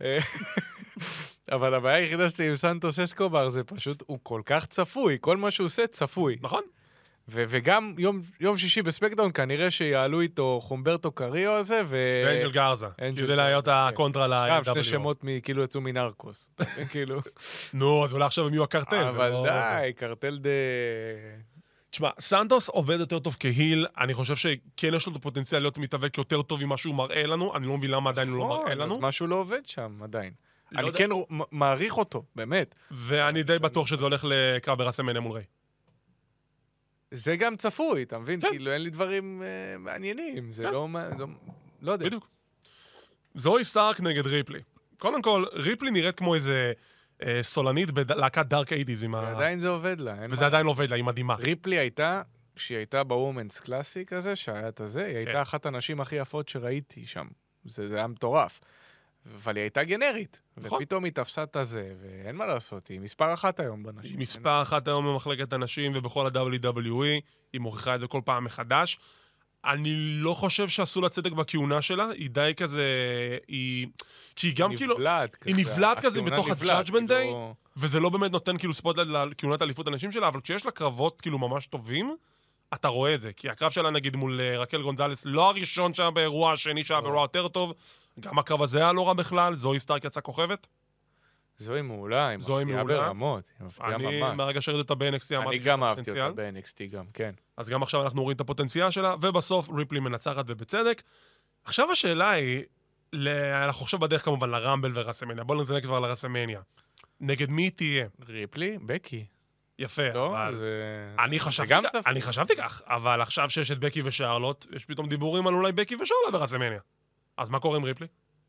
אבל הבעיה היחידה שלי עם סנטוס אסקובר זה פשוט, הוא כל כך צפוי, כל מה שהוא עושה צפוי. נכון. וגם יום שישי בספקדאון כנראה שיעלו איתו חומברטו קריו הזה, ו... ואנג'ל גרזה, כדי להיות הקונטרה ל-איי דאבליו. גם שני שמות כאילו יצאו מנרקוס. נו, אז אולי עכשיו הם יהיו הקרטל. אבל די, קרטל דה... תשמע, סנטוס עובד יותר טוב כהיל, אני חושב שכן יש לו את הפוטנציאל להיות מתאבק יותר טוב ממה שהוא מראה לנו, אני לא מבין למה עדיין הוא לא מראה לנו. אז משהו לא עובד שם עדיין. אני כן מעריך אותו, באמת. ואני די בטוח שזה הולך לקרב ברסלמניה מול ריי. זה גם צפוי, אתה מבין? כאילו אין לי דברים מעניינים, זה לא... לא יודע. בדיוק. זוהי סטארק נגד ריפלי. קודם כל, ריפלי נראית כמו איזה סולנית בלהקת דארק אייטיז. ועדיין זה עובד לה. וזה עדיין עובד לה, היא מדהימה. ריפלי הייתה, כשהיא הייתה בוומנס קלאסי כזה, שהיה את הזה, היא הייתה אחת הנשים הכי יפות שראיתי שם. זה היה מטורף. אבל היא הייתה גנרית. ופתאום היא תפסה את הזה, ואין מה לעשות, היא מספר אחת היום בנשים. היא מספר אחת היום במחלקת הנשים ובכל ה-דאבליו דאבליו אי, היא מוכיחה את זה כל פעם מחדש. אני לא חושב שעשו לה צדק בכהונה שלה, היא די כזה, היא... כי היא גם כאילו... היא נבלעת כזה בתוך ה-Judgment Day, וזה לא באמת נותן כאילו ספוט לכהונת אליפות הנשים שלה, אבל כשיש לה קרבות כאילו ממש טובים, אתה רואה את זה. כי הקרב שלה נגיד מול רקל גונזלס, לא הראשון שהיה באירוע, השני שהיה באירוע יותר טוב, גם הקרב הזה היה לא רע בכלל, זוהי סטארק יצאה כוכבת. זוהי מעולה, היא מפתיעה ברמות, היא מפתיעה ממש. אני מהרגע שראיתי אותה ב-אן אקס טי אני גם אהבתי אותה ב-אן אקס טי גם, כן. אז גם עכשיו אנחנו רואים את הפוטנציאל שלה, ובסוף ריפלי מנצחת ובצדק. עכשיו השאלה היא, אנחנו עכשיו בדרך כמובן לרמבל ורסמניה, בואו נזנק כבר לרסמניה. נגד מי תהיה? ריפלי? בקי. יפה, לא, אבל... זה... אני חשבתי, אני חשבתי כך, אבל עכשיו שיש את בקי ושרלוט, יש פתאום דיבורים על אולי בקי ושרלוט ברסמניה. אז מה קורה עם ריפלי?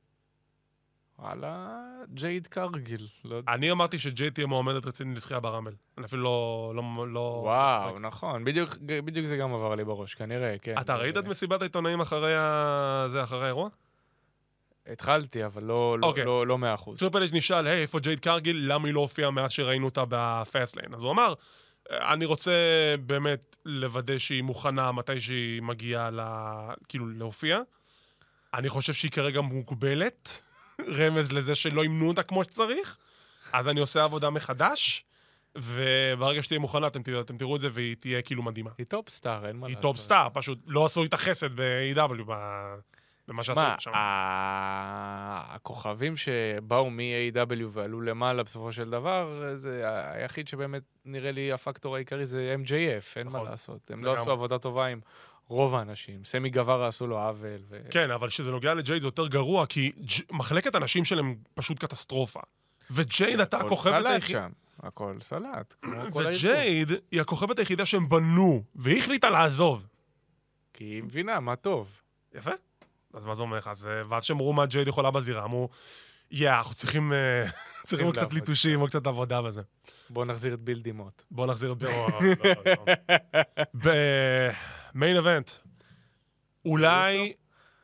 וואלה, ג'ייד קרגיל. אני אמרתי שג'ייד תהיה מועמדת רצינית לזכייה ברמבל. אני אפילו לא... לא וואו, נכון. בדיוק זה גם עבר לי בראש, כנראה, כן. אתה ראית את מסיבת העיתונאים אחרי זה, אחרי האירוע? התחלתי, אבל לא מאה אחוז. טריפל אייץ' נשאל, היי, איפה ג'ייד קרגיל? למה היא לא הופיעה מאז שראינו אותה בפאסטליין? אז הוא אמר, אני רוצה באמת לוודא שהיא מוכנה מתי שהיא מגיעה כאילו להופיע. אני חושב שהיא כרגע מוגבלת. רמז לזה שלא ימנו אותה כמו שצריך, אז אני עושה עבודה מחדש, וברגע שתהיה מוכנה, אתם, אתם תראו את זה, והיא תהיה כאילו מדהימה. היא טופ סטאר, אין מה לעשות. היא טופ סטאר, פשוט לא עשו איתה חסד ב-איי דאבליו, במה שעשו איתה שם. הכוכבים שבאו מ-איי דאבליו ועלו למעלה בסופו של דבר, זה היחיד שבאמת נראה לי הפקטור העיקרי זה אם ג'יי אף, אין מה לעשות. הם לא עשו עבודה טובה עם... רוב האנשים. סמי גווארה עשו לו עוול. ו... כן, אבל שזה נוגע לג'ייד זה יותר גרוע, כי מחלקת הנשים שלהם פשוט קטסטרופה. וג'ייד אתה הכוכבת היחידה... הכל סלט. וג'ייד היא הכוכבת היחידה שהם בנו, והיא החליטה לעזוב. כי היא מבינה מה טוב. יפה. אז מה זה אומר לך? ואז שאמרו מה ג'ייד יכולה בזירה, אמרו, יא, אנחנו צריכים... צריכים קצת ליטושים או קצת עבודה בזה. בואו נחזיר את בילדימות. בואו נחזיר את בילדימות. מיין אבנט. אולי...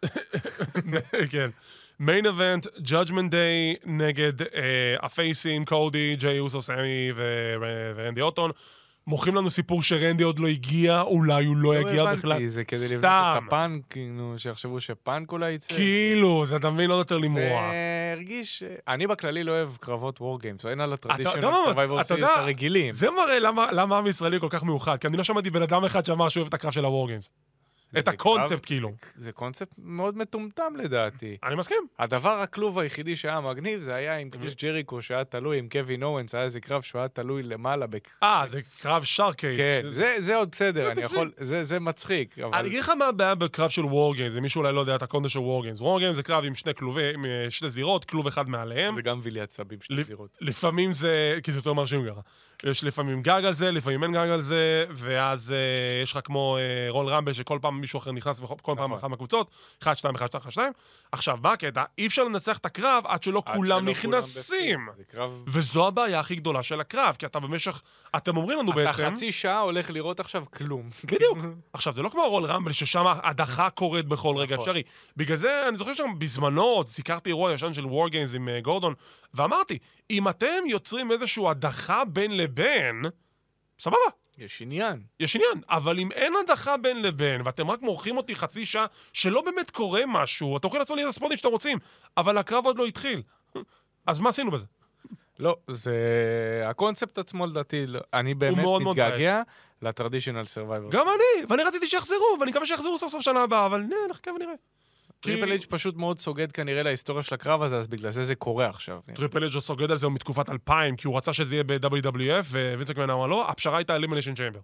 כן. מיין אבנט, Judgment Day נגד הפייסים, קודי, ג'יי אוסו, סמי ורנדי אוטון. מוכרים לנו סיפור שרנדי עוד לא הגיע, אולי הוא לא יגיע בכלל. לא הבנתי, זה כדי לבנות את הפאנק, כאילו, שיחשבו שפאנק אולי יצא. כאילו, זה אתה מבין, לא יותר למרוח. זה הרגיש... אני בכללי לא אוהב קרבות War Games, אין על הטרדישיונל Survivor Series הרגילים. זה מראה למה עם ישראלי כל כך מיוחד, כי אני לא שמעתי בן אדם אחד שאמר שהוא אוהב את הקרב של ה-War Games. את הקונספט, כאילו. זה קונספט מאוד מטומטם לדעתי. אני מסכים. הדבר הכלוב היחידי שהיה מגניב, זה היה עם קריס ג'ריקו שהיה תלוי, עם קווין אורנס, היה איזה קרב שהוא היה תלוי למעלה. אה, זה קרב שרקייט. כן, זה עוד בסדר, אני יכול, זה מצחיק. אני אגיד לך מה הבעיה בקרב של War Games, זה מישהו אולי לא יודע את הקונטקסט של War Games. War Games זה קרב עם שני כלובים, עם שתי זירות, כלוב אחד מעליהם. זה גם ויליית סבים, שתי זירות. לפעמים זה, כי זה יותר מרשים ככה. יש לפעמים גג על זה, לפעמים אין גג על זה, ואז אה, יש לך כמו אה, רול רמבל, שכל פעם מישהו אחר נכנס, וכל נכון. פעם אחת מהקבוצות, אחד, שתיים, אחד, שתיים, אחד, שתיים. עכשיו, מה הקטע? אי אפשר לנצח את הקרב עד שלא עד כולם שלא נכנסים. כולם קרב... וזו הבעיה הכי גדולה של הקרב, כי אתה במשך, אתם אומרים לנו אתה בעצם... אתה חצי שעה הולך לראות עכשיו כלום. בדיוק. עכשיו, זה לא כמו רול רמבל, ששם הדחה קורית בכל רגע אפשרי. בגלל זה, אני זוכר שם בזמנו, סיקרתי אירוע ישן של War Games עם uh, גורדון, ואמרתי, אם אתם יוצרים איזשהו הדחה בין לבין, סבבה. יש עניין. יש עניין, אבל אם אין הדחה בין לבין, ואתם רק מורחים אותי חצי שעה, שלא באמת קורה משהו, אתם יכולים לעשות לי איזה ספורטים שאתם רוצים, אבל הקרב עוד לא התחיל. אז מה עשינו בזה? לא, זה... הקונספט עצמו לדעתי, אני באמת מתגעגע לטרדישיונל סרווייבר. גם אני, ואני רציתי שיחזרו, ואני מקווה שיחזרו סוף סוף שנה הבאה, אבל נראה, נחכה ונראה. טריפל אייץ' פשוט מאוד סוגד כנראה להיסטוריה של הקרב הזה, אז בגלל זה זה קורה עכשיו. טריפל אייץ' סוגד על זה מתקופת אלפיים, כי הוא רצה שזה יהיה ב-דאבליו דאבליו אף, ווינס מקמן אמר לא, הפשרה הייתה אלימיניישן צ'יימבר.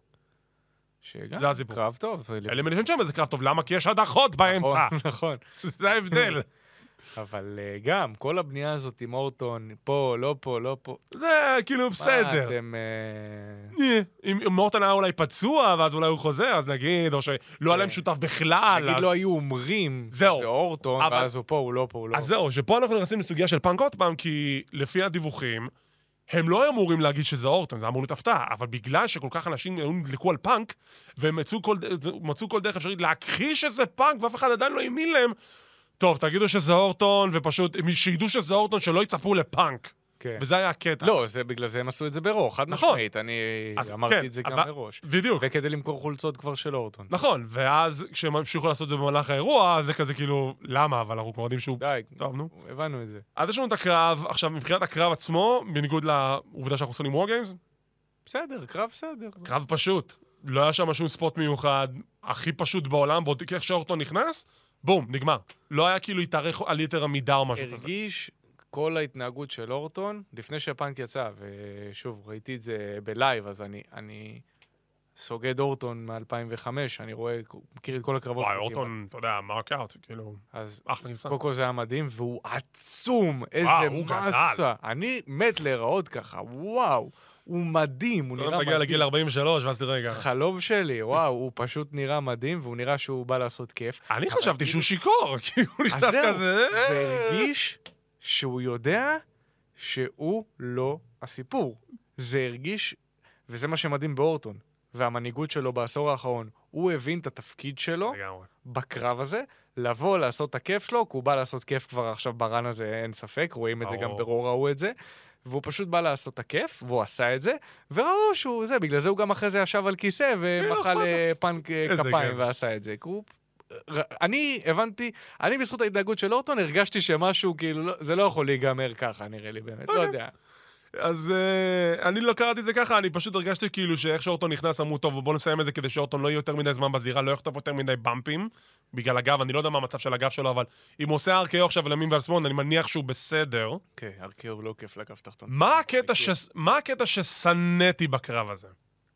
שגם, קרב טוב. אלימיניישן צ'יימבר זה קרב טוב, למה? כי יש הדחות באמצע. נכון. זה ההבדל. אבל גם, כל הבנייה הזאת עם אורטון, פה, לא פה, לא פה. זה כאילו בסדר. אם אורטון היה אולי פצוע, ואז אולי הוא חוזר, אז נגיד, או שלא עליהם שותף בכלל. נגיד לא היו אומרים שזה אורטון, ואז הוא פה, הוא לא פה, הוא לא. אז זהו, שפה אנחנו נכנסים לסוגיה של פאנק עוד פעם, כי לפי הדיווחים, הם לא אמורים להגיד שזה אורטון, זה אמור להיות הפתעה, אבל בגלל שכל כך אנשים נדלקו על פאנק, והם מצאו כל, מצאו כל דרך אפשרית להכחיש שזה פאנק, ואף אחד עדיין לא האמין להם, טוב, תגידו שזה אורטון, ופשוט, שידעו שזה אורטון, שלא יצפו לפאנק. כן. וזה היה הקטע. לא, זה בגלל זה הם עשו את זה ברור, חד נכון. משמעית, אני אז, אמרתי כן, את זה גם אבל... מראש. בדיוק. וכדי למכור חולצות כבר של אורטון. נכון, ואז כשהם המשיכו לעשות את זה במהלך האירוע, זה כזה כאילו, למה? אבל אנחנו כבר יודעים שהוא... די, טוב, נו. הבנו את זה. אז יש לנו את הקרב, עכשיו, מבחינת הקרב עצמו, בניגוד לעובדה שאנחנו עושים וור גיימס, בסדר, קרב בסדר. קרב פשוט. לא היה שם שום ספוט מיוחד, הכי פשוט בעולם, ועוד איך שאורטון נכנס, בום, נגמר. לא היה כאילו התארך על יתר המידה או משהו כזה. הרגיש כל ההתנהגות של אורטון, לפני שהפאנק יצא, ושוב, ראיתי את זה בלייב, אז אני, אני סוגד אורטון מ-אלפיים וחמש, אני רואה, מכיר את כל הקרבות. וואי, אורטון, אתה יודע, מרק אאוט, כאילו, אז אחלה ניסה. קודם כל זה היה מדהים, והוא עצום, איזה הוא מסה. גדל. אני מת להיראות ככה, וואו, הוא מדהים, הוא נראה מדהים. תגיע לגיל ארבעים ושלוש, ואז תראה רגע. חלום שלי, וואו, הוא פשוט נראה מדהים, והוא נראה שהוא בא לעשות כיף. אני חשבתי שהוא שיקור, כי הוא נכנס כזה... זה הרגיש שהוא יודע שהוא לא הסיפור. זה הרגיש, וזה מה שמדהים באורטון, והמנהיגות שלו בעשור האחרון, הוא הבין את התפקיד שלו בקרב הזה, לבוא לעשות את הכיף שלו, כי הוא בא לעשות כיף כבר עכשיו ברן הזה, אין ספק, רואים את זה גם ברור, ראו את זה, והוא פשוט בא לעשות את הכיף, והוא עשה את זה, וראו שהוא זה, בגלל זה הוא גם אחרי זה ישב על כיסא, ומחל פאנק כפיים ועשה את זה. אני הבנתי, אני בזכות ההתנהגות של אורטון, הרגשתי שמשהו, כאילו, זה לא יכול להיגמר ככה, נראה לי באמת, לא יודע. אז uh, אני לא קראתי את זה ככה, אני פשוט הרגשתי כאילו שאיך שאורטון נכנס אמרו טוב, בוא נסיים את זה כדי שאורטון לא יהיה יותר מדי זמן בזירה, לא יכתוב יותר מדי במפים, בגלל הגב, אני לא יודע מה המצב של הגב שלו, אבל אם הוא עושה ארקיו עכשיו לימין ועל שמאל, אני מניח שהוא בסדר. כן, ארקיו לא כיף לגב תחתון. מה הקטע, ש... מה הקטע ששנאתי בקרב הזה?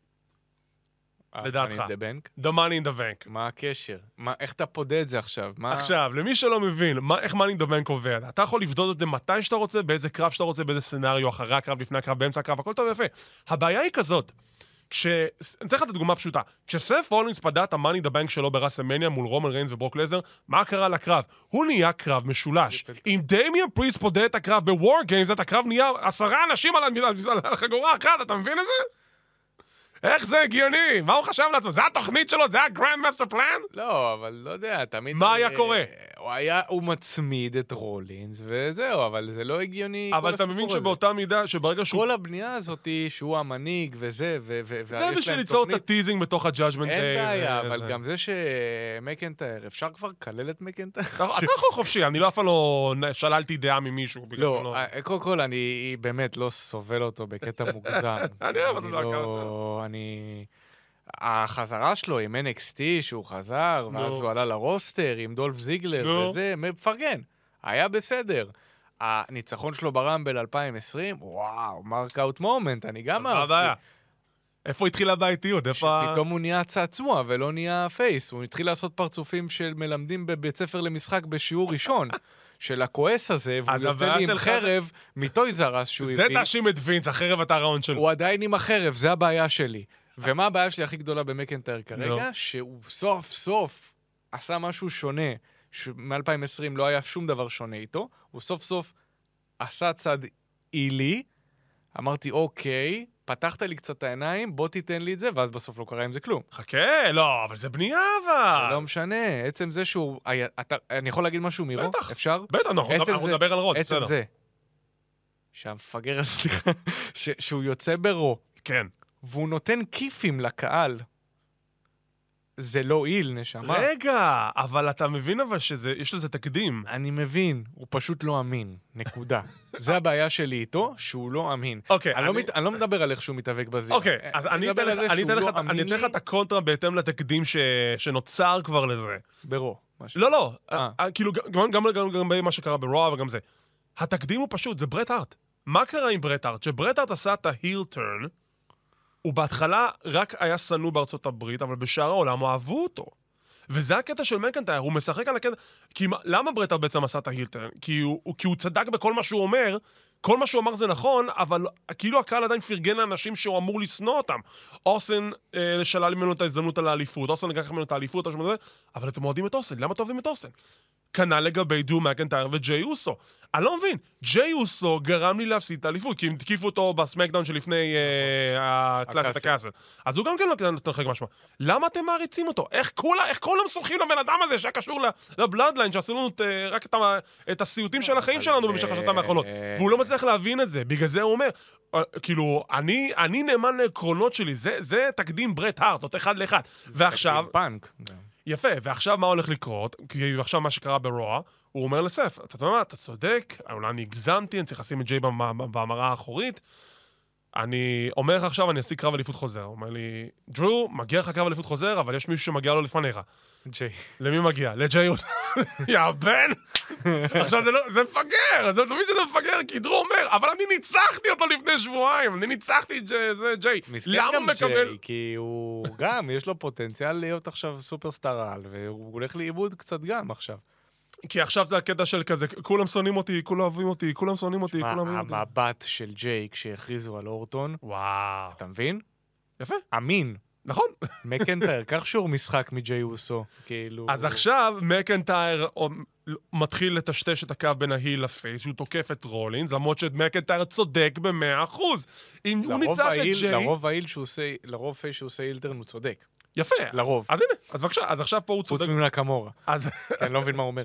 לדעתך. Money in the Bank? The Money in the Bank. מה הקשר? מה, איך אתה פודה את זה עכשיו? מה... עכשיו, למי שלא מבין, מה, איך Money in the Bank עובד, אתה יכול לבדוד את זה מתי שאתה רוצה, באיזה קרב שאתה רוצה, באיזה סנריו, אחרי הקרב, לפני הקרב, באמצע הקרב, הכל טוב ויפה. הבעיה היא כזאת, כש... אני אתן לך את הדוגמה פשוטה. כשסף רולינס פדה את ה-Money in the Bank שלו ברסלמניה מול רומן ריינס וברוק לזר, מה קרה לקרב? הוא נהיה קרב משולש. אם דמיאן פריסט פודה את הקרב בוור גיימס, את הקרב נהיה עשרה אנשים על החגורה אחת, אתה מבין את זה? איך זה הגיוני? מה הוא חשב לעצמו? זה התוכנית שלו? זה הגרנד מאסטר פלן? לא, אבל לא יודע, תמיד... מה היה קורה? הוא היה, הוא מצמיד את רולינס, וזהו, אבל זה לא הגיוני... אבל אתה מבין שבאותה מידה, שברגע שהוא... כל הבנייה הזאת שהוא המנהיג וזה, ויש להם זה בשביל ליצור את הטיזינג בתוך הג'אג'מנט דיי. אין בעיה, אבל גם זה שמקנטייר, אפשר כבר לקלל את מקנטייר? אתה יכול חופשי, אני לא אף פעם לא שללתי דעה ממישהו. לא, קודם כל, אני באמת לא סובל אותו בקטע מוגזם. אני אוהב אותו דבר. אני... החזרה שלו עם אן אקס טי שהוא חזר, ואז הוא עלה לרוסטר עם דולף זיגלר, וזה מפרגן. היה בסדר. הניצחון שלו ברמבל אלפיים ועשרים, וואו, מרק-אוט מומנט, אני גם אהבתי. איפה התחילה הבעייתיות? שפתאום הוא נהיה צעצוע ולא נהיה פייס. הוא התחיל לעשות פרצופים של מלמדים בבית ספר למשחק בשיעור ראשון. של הכועס הזה, והוא יוצא לי עם חרב מטויז אר אס שהוא הביא. זה תאשים את וינס, החרב את הרעיון שלו. הוא עדיין עם החרב, זה הבעיה שלי. ומה הבעיה שלי הכי גדולה במקנטייר כרגע? שהוא סוף סוף עשה משהו שונה. מ-אלפיים ועשרים לא היה שום דבר שונה איתו. הוא סוף סוף עשה צד אילי. אמרתי, אוקיי, פתחת לי קצת העיניים, בוא תיתן לי את זה, ואז בסוף לא קרה עם זה כלום. חכה, לא, אבל זה בנייה, אבל. זה לא משנה, עצם זה שהוא... אתה, אני יכול להגיד משהו מרו? בטח. אפשר? בטח, אנחנו נדבר על רו, עצם בסדר. זה. שהמפגר, סליחה, ש, שהוא יוצא ברו. כן. והוא נותן כיפים לקהל. זה לא איל, נשמה. רגע, אבל אתה מבין אבל שיש לזה תקדים. אני מבין, הוא פשוט לא אמין, נקודה. זה הבעיה שלי איתו, שהוא לא אמין. אוקיי. אני, אני... לא, מת... אני לא מדבר על איך שהוא מתאבק בזירה. אוקיי, אז אני אתן לך, אני אתן לך, לא אני אתן לך את הקונטרה בהתאם לתקדים ש... שנוצר כבר לזה. ברו. לא, לא, כאילו, גם, גם, גם, גם במה שקרה ברוע וגם זה. התקדים הוא פשוט, זה ברט הארט. מה קרה עם ברט הארט? שברט הארט עשה את ההיל טרן, הוא בהתחלה רק היה סנוע בארצות הברית, אבל בשאר העולם אהבו אותו. וזה הקטע של מקנטייר, הוא משחק על הקטע... כי למה ברט הארט בעצם עשה את ההילטרן? כי הוא, כי הוא צדק בכל מה שהוא אומר, כל מה שהוא אמר זה נכון, אבל כאילו הקהל עדיין פרגן לאנשים שהוא אמור לשנוא אותם. אוסן אה, שלל ממנו את ההזדמנות על האליפות, אוסן לקח ממנו את האליפות, אבל אתם אוהדים את אוסן, למה אתם אוהדים את אוסן? כנ"ל לגבי דרו מקנטייר וג'יי אוסו. אני לא מבין, ג'יי אוסו גרם לי להפסיד את האליפות, כי הם תקיפו אותו בסמקדאון שלפני הקלאסית הקאסל. אז הוא גם כן לא נותן חלק משמע. למה אתם מעריצים אותו? איך כולם סולחים לבן אדם הזה שהיה קשור לבלאדליין, שעשו לנו רק את הסיוטים של החיים שלנו במשך השנתיים האחרונות? והוא לא מצליח להבין את זה, בגלל זה הוא אומר, כאילו, אני נאמן לעקרונות שלי, זה תקדים ברט הארט, עוד אחד לאחד. ועכשיו... יפה, ועכשיו מה הולך לקרות? כי עכשיו מה שקרה ברוע, הוא אומר לסף, אתה יודע מה, אתה צודק, אולי אני הגזמתי, אני צריך לשים את ג'יי במראה האחורית, אני אומר לך עכשיו, אני אעשה קרב אליפות חוזר. הוא אומר לי, דרו, מגיע לך קרב אליפות חוזר, אבל יש מישהו שמגיע לו לפניך. ג'יי. למי מגיע? לג'יי אוסו. יא בן! עכשיו זה לא, זה מפגר, זה תמיד שזה מפגר, כי דרו אומר, אבל אני ניצחתי אותו לפני שבועיים, אני ניצחתי את ג'יי. למה הוא מקבל? כי הוא גם, יש לו פוטנציאל להיות עכשיו סופרסטאר על, והוא הולך לאיבוד קצת גם עכשיו. כי עכשיו זה הקטע של כזה, כולם שונאים אותי, כולם אוהבים אותי, כולם שונאים אותי, כולם אוהבים אותי. המבט של ג'יי כשהכריזו על אורטון, וואו. אתה מבין? יפה. אמין. נכון. מקנטייר, כך שור משחק מג'יי אוסו, כאילו... אז עכשיו מקנטייר מתחיל לטשטש את הקו בין ההיל לפייס, שהוא תוקף את רולינס, למרות שמקנטייר צודק במאה אחוז. אם הוא ניצח את ג'יי... לרוב ההיל שהוא עושה, לרוב פייס שהוא עושה הילטרן הוא צודק. יפה. לרוב. אז הנה, אז בבקשה, אז עכשיו פה הוא צודק. חוץ ממנה כמורה. אז... כי אני לא מבין מה הוא אומר.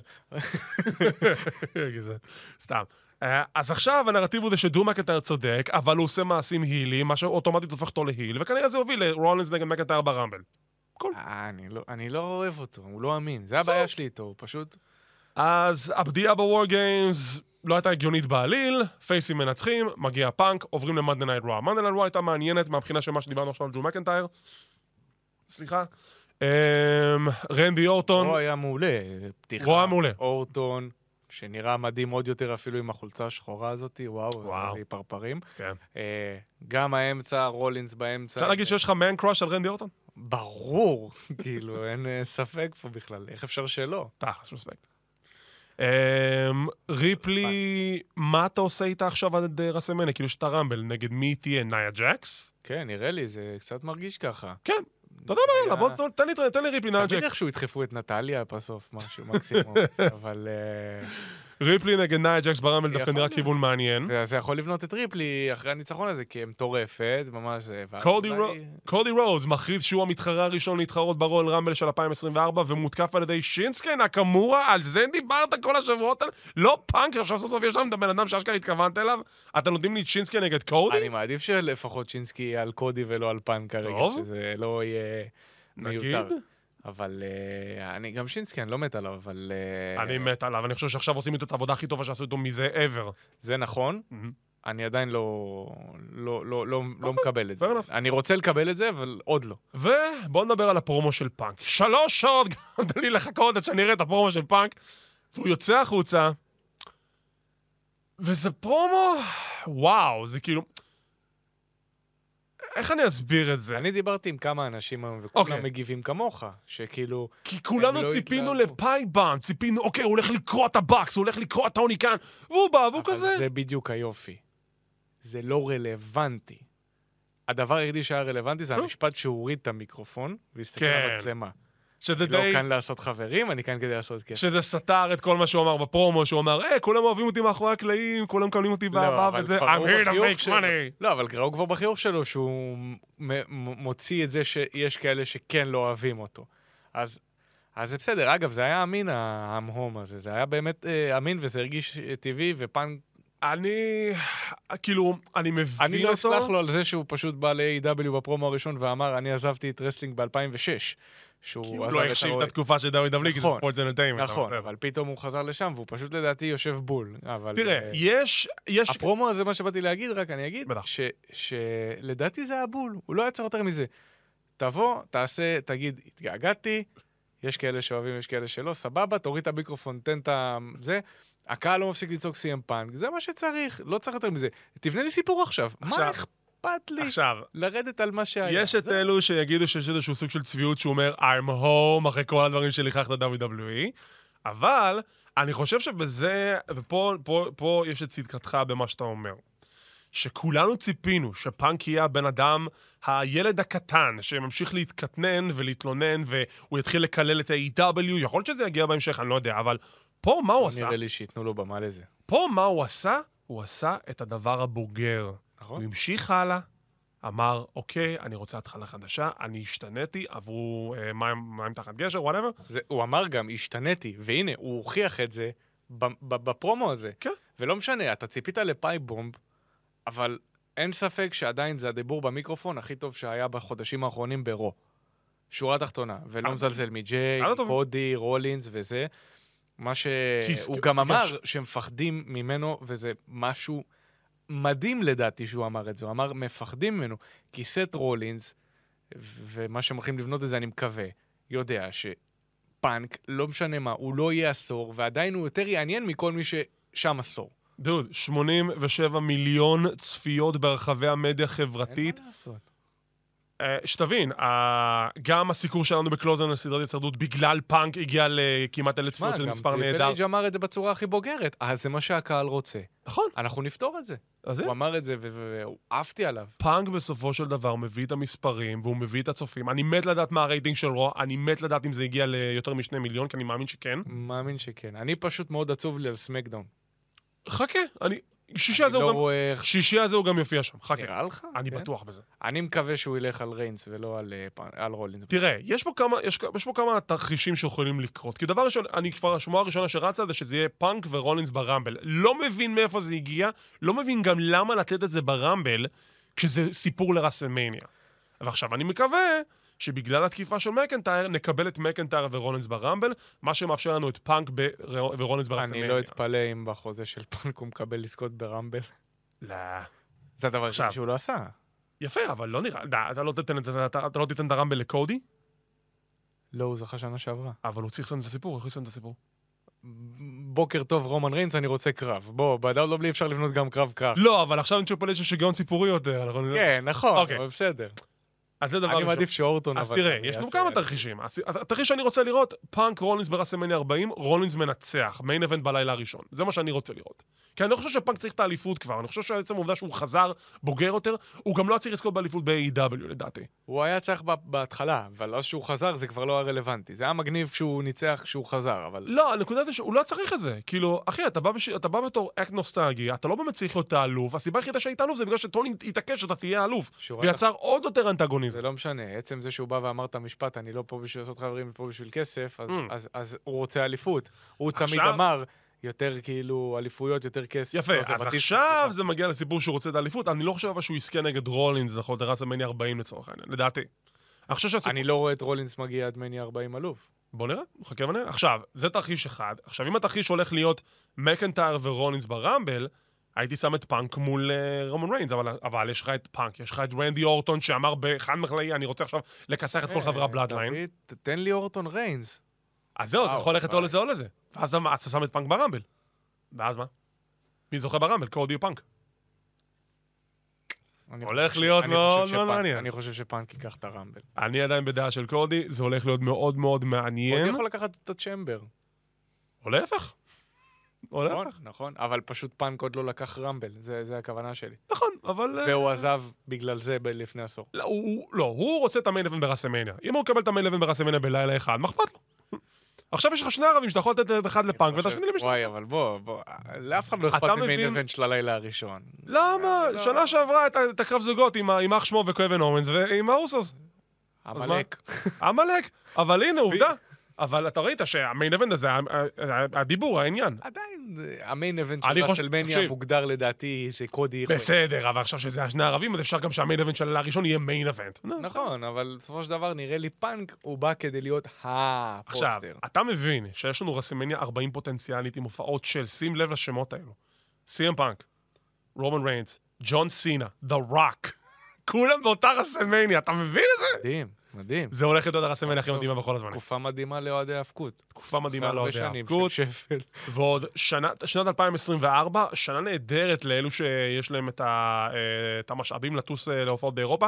סתם. אז עכשיו הנרטיב הוא זה שדרו מקנטייר צודק, אבל הוא עושה מעשים הילים, מה שאוטומטית הופך אותו להיל, וכנראה זה הוביל לרולינס נגד מקנטייר ברמבל. אני לא אוהב אותו, הוא לא אמין. זה הבעיה שלי איתו, הוא פשוט... אז הפדיעה בוור גיימס לא הייתה הגיונית בעליל, פייסים מנצחים, מגיע פאנק, עוברים למאנדי נייט רוע. מאנדי נייט רוע הייתה מעניינת מהבחינה של מה שדיברנו עכשיו על דרו מקנטייר. סליחה. רנדי אורטון. רוע היה מעולה. פתיחה. רוע מעולה. אורטון, שנראה מדהים עוד יותר אפילו עם החולצה השחורה הזאת. וואו, זה לי פרפרים. כן. גם האמצע, רולינס באמצע. אפשר להגיד שיש לך מן קראש על רנדי אורטון? ברור. כאילו, אין ספק פה בכלל. איך אפשר שלא? תכלס, שום ספק. ריפלי, מה אתה עושה איתה עכשיו עד רסלמניה? כאילו שאתה רמבל, נגד מי תהיה? נאיה ג'קס? כן, נראה לי, זה קצת מרגיש ככה. כן. אתה יודע מה, יאללה, בוא, תן לי ריפלי, נאיה ג'קס. תמיד איכשהו ידחפו את נטליה בסוף, משהו מקסימום, אבל... ריפלי נגד נאיה ג'קס ברמבל דווקא נראה כיוון מעניין. זה יכול לבנות את ריפלי אחרי הניצחון הזה, כי הם טורפת, ממש... קודי רוז מכריז שהוא המתחרה הראשון להתחרות ברול רמבל של אלפיים עשרים וארבע, ומותקף על ידי שינסקי נקמורה, על זה דיברת כל השבועות האלה? לא פאנק, עכשיו סוף סוף יש להם את הבן אדם שאשכרה התכוונת אליו, אתם נותנים לי את שינסקי נגד קודי? אני מעדיף שלפחות שינסקי יהיה על קודי ולא על פאנק כרגע, שזה לא יהיה מיותר. אבל uh, אני גם שינסקי, אני לא מת עליו, אבל... Uh, אני מת עליו, אני חושב שעכשיו עושים איתו את העבודה הכי טובה שעשו איתו מזה ever. זה נכון, mm-hmm. אני עדיין לא, לא, לא, לא, okay, לא מקבל את זה. enough. אני רוצה לקבל את זה, אבל עוד לא. ובואו נדבר על הפרומו של פאנק. שלוש שעות, גם לי לחכות עד שאני אראה את הפרומו של פאנק, והוא יוצא החוצה, וזה פרומו, וואו, זה כאילו... איך אני אסביר את זה? אני דיברתי עם כמה אנשים היום, וכולם מגיבים כמוך, שכאילו... כי כולנו ציפינו לפייבאם, ציפינו, אוקיי, הוא הולך לקרוא את הבקס, הוא הולך לקרוא את טוני קאן, והוא בא, והוא כזה... אבל זה בדיוק היופי. זה לא רלוונטי. הדבר היחידי שהיה רלוונטי זה המשפט שהוא הוריד את המיקרופון, והסתכל על המצלמה. אני לא כאן לעשות חברים, אני כאן כדי לעשות כסף. שזה סתר את כל מה שהוא אמר בפרומו, שהוא אמר, אה, כולם אוהבים אותי מאחורי הקלעים, כולם מקבלים אותי באהבה, וזה, I'm here to make money. לא, אבל קראו כבר בחיוך שלו, שהוא מוציא את זה שיש כאלה שכן לא אוהבים אותו. אז זה בסדר. אגב, זה היה אמין, ההמהום הזה. זה היה באמת אמין, וזה הרגיש טבעי, ופן... אני, כאילו, אני מבין אותו. אני לא אסלח לו על זה שהוא פשוט בא ל-איי דאבליו בפרומו הראשון, ואמר, אני עזבתי את רסלינג ב-אלפיים ושש. כי הוא לא החשיב את התקופה של דאבליו דאבליו, כי זה ספורט אנטרטיימנט. נכון, אבל פתאום הוא חזר לשם, והוא פשוט לדעתי יושב בול. תראה, יש... הפרומו הזה, מה שבאתי להגיד, רק אני אגיד, שלדעתי זה הבול, הוא לא יצר יותר מזה. תבוא, תעשה, תגיד, התגעגעתי, יש כאלה שאוהבים, יש כאלה שלא, סבבה, תוריד את המיקרופון, תן את זה, הקהל לא מפסיק לצעוק סי אם פאנק, זה מה שצריך, לא צריך יותר מזה. תבנה לי סיפור עכשיו, מה אכפת לי לרדת על מה שהיה? יש את אלו שיגידו שיש איזשהו סוג של צביעות שהוא אומר, I'm home, אחרי כל הדברים שלקח ל-דאבליו דאבליו אי, אבל אני חושב שבזה, ופה יש את צדקתך במה שאתה אומר, שכולנו ציפינו שפאנק יהיה הבן אדם, הילד הקטן, שממשיך להתקטנן ולהתלונן, והוא יתחיל לקלל את ה-איי דאבליו, יכול להיות שזה יגיע בהמשך, אני לא יודע, אבל פה מה הוא עשה? נראה לי שיתנו לו במה לזה. פה מה הוא עשה? הוא עשה את הדבר הבוגר. נכון. הוא המשיך הלאה, אמר, אוקיי, אני רוצה התחלה חדשה, אני השתניתי, עברו אה, מים, מים תחת גשר, whatever. זה, הוא אמר גם, השתניתי, והנה, הוא הוכיח את זה ב- ב- בפרומו הזה. כן. ולא משנה, אתה ציפית לפייפ בומב, אבל אין ספק שעדיין זה הדיבור במיקרופון הכי טוב שהיה בחודשים האחרונים ברו. שורה תחתונה, ולא מזלזל מג'יי, קודי, רולינס וזה. מה שהוא גם אמר שמפחדים ממנו, וזה משהו מדהים לדעתי שהוא אמר את זה. הוא אמר, מפחדים ממנו, כי סט רולינס, ומה שהם הולכים לבנות את זה, אני מקווה, יודע שפאנק, לא משנה מה, הוא לא יהיה עשור, ועדיין הוא יותר יעניין מכל מי ששם עשור. דוד, שמונים ושבעה מיליון צפיות ברחבי המדיה החברתית. אין מה לעשות. שתבין, גם הסיקור שלנו בקלוזן לסדרת הישרדות, בגלל פאנק הגיע לכמעט אלף צפיות של מספר נהדר. גם טריפל אייג' אמר את זה בצורה הכי בוגרת. אז זה מה שהקהל רוצה. נכון. אנחנו נפתור את זה. הוא אמר את זה ואהבתי עליו. פאנק בסופו של דבר מביא את המספרים, והוא מביא את הצופים. אני מת לדעת מה הרייטינג של רו, אני מת לדעת אם זה הגיע ליותר משני מיליון, כי אני מאמין שכן. מאמין שכן. אני פשוט מאוד עצוב לי על סמקדאון. חכה, אני... שישי הזה הוא גם... שישי הזה הוא גם יופיע שם, חכה. נראה לך? אני בטוח בזה. אני מקווה שהוא ילך על ריינס ולא על רולינס. תראה, יש פה כמה, יש פה כמה תרחישים שיכולים לקרות. כי דבר ראשון, אני כבר, השמועה הראשונה שרצה זה שזה יהיה פאנק ורולינס ברמבל. לא מבין מאיפה זה הגיע, לא מבין גם למה לתת את זה ברמבל, כשזה סיפור לרסלמניה. ועכשיו, אני מקווה שבגלל התקיפה של מקנטייר, נקבל את מקנטייר ורולינס ברמבל, מה שמאפשר לנו את פאנק ורולינס ברסלמניה. אני לא אתפלא אם בחוזה של פאנק הוא מקבל לזכות ברמבל. לא. זה הדבר שהוא לא עשה. יפה, אבל לא נראה. אתה לא תיתן את הרמבל לקודי? לא, הוא זכה שנה שעברה. אבל הוא צריך לסיים את הסיפור, איך לסיים את הסיפור? בוקר טוב, רומן ריינס, אני רוצה קרב. בוא, בעדה לא בלי אפשר לבנות גם קרב-קרב. לא, אבל עכשיו אני שופל שיש שגאון סיפורי יותר. כן, נכון, אבל בסדר. אז זה דבר ראשון. אני מעדיף שאורטון... אז תראה, יש לנו כמה תרחישים. התרחיש שאני רוצה לראות, פאנק רולינס ברסלמניה ארבעים, רולינס מנצח, מיין איבנט בלילה הראשון. זה מה שאני רוצה לראות. כי אני לא חושב שפאנק צריך את האליפות כבר, אני חושב שעצם העובדה שהוא חזר בוגר יותר, הוא גם לא צריך לזכות באליפות ב-איי אי דאבליו לדעתי. הוא היה צריך בהתחלה, אבל אז שהוא חזר זה כבר לא היה רלוונטי. זה היה מגניב שהוא ניצח כשהוא חזר, אבל... לא, הנקודה זה שהוא לא צריך את זה. כאילו, אחי, אתה בא, בש... אתה בא בתור אקט נוסטלגי, אתה לא באמת צריך להיות האלוף. הסיבה היחידה שהיית אלוף זה בגלל שטוני יתעקש שאתה תהיה האלוף, ויצר עוד יותר אנטגוניזם. זה לא משנה. עצם זה שהוא בא ואמר את המשפט, אני לא פה בשביל לעשות חברים, פה בשביל כסף, אז, mm. אז, אז הוא רוצה אליפות. הוא עכשיו... תמיד אמר, יותר כאילו אליפויות, יותר כסף. יפה, לא, אז עכשיו זה מגיע לסיפור שהוא רוצה את האליפות. אני לא חושב שהוא יזכה נגד רולינס, נכון, לרסלמניה ארבעים לצורך העניין, לדעתי. אני לא רואה את רולינס מגיע עד מניה ארבעים אלוף. בוא נראה, חכה ונראה. עכשיו, זה תרחיש אחד. עכשיו, אם התרחיש הולך להיות מקנטייר ורולינס ברמבל, הייתי שם את פאנק מול uh, רומן ריינס, אבל, אבל יש לך את פאנק, יש לך את רנדי אורטון שאמר באחד מחלאי, אני רוצה עכשיו לכסח את כל חברי הבלאדליין. דוד, תן לי אורטון ריינס. אז זהו, אתה יכול ללכת או לזה או לזה. ואז אתה שם את פאנק ברמבל. ואז מה? מי זוכה ברמבל? קודי או פאנק? הולך להיות מאוד מאוד מעניין. אני חושב שפאנק ייקח את הרמבל. אני עדיין בדעה של קודי, זה הולך להיות מאוד מאוד מעניין. קודי יכול לקחת את הצ'מבר. או להפך. נכון, נכון, אבל פשוט פאנק עוד לא לקח רמבל, זה הכוונה שלי. נכון, אבל... והוא עזב בגלל זה לפני עשור. לא, הוא רוצה את המיין איבנט ברסלמניה. אם הוא מקבל את המיין איבנט ברסלמניה בלילה אחד, מה אכפת לו? עכשיו יש לך שני ערבים שאתה יכול לתת אחד לפאנק ואתה שני למשל. וואי, אבל בוא, בוא, לאף אחד לא אכפת ממיין איבנט של הלילה הראשון. למה? שנה שעברה את הקרב זוגות עם אח שמו וקווין אורנס ועם האוסוס. המלאק. המלאק, אבל הנה, עובדה. אבל אתה ראית שהמיין איבנט הזה, הדיבור, העניין. עדיין, המיין איבנט של רסלמניה מוגדר לדעתי, זה קודי. בסדר, אבל עכשיו שזה השני ערבים, אז אפשר גם שהמיין איבנט של הראשון יהיה מיין איבנט. נכון, אבל בסופו של דבר נראה לי פאנק, הוא בא כדי להיות הפוסטר. עכשיו, אתה מבין שיש לנו רסלמניה ארבעים פוטנציאלית עם הופעות של, שים לב לשמות האלו. סי אם פאנק, רומן ריינס, ג'ון סינה, The Rock. כולם באותה רסלמניה, אתה מבין את זה? מדהים. מדהים. זה הולך להיות הרסלמניה הכי מדהימה בכל הזמן. תקופה מדהימה לאוהדי ההפקות. תקופה מדהימה לאוהדי ההפקות. ועוד שנת אלפיים עשרים וארבע, שנה נהדרת לאלו שיש להם את המשאבים לטוס להופעות באירופה.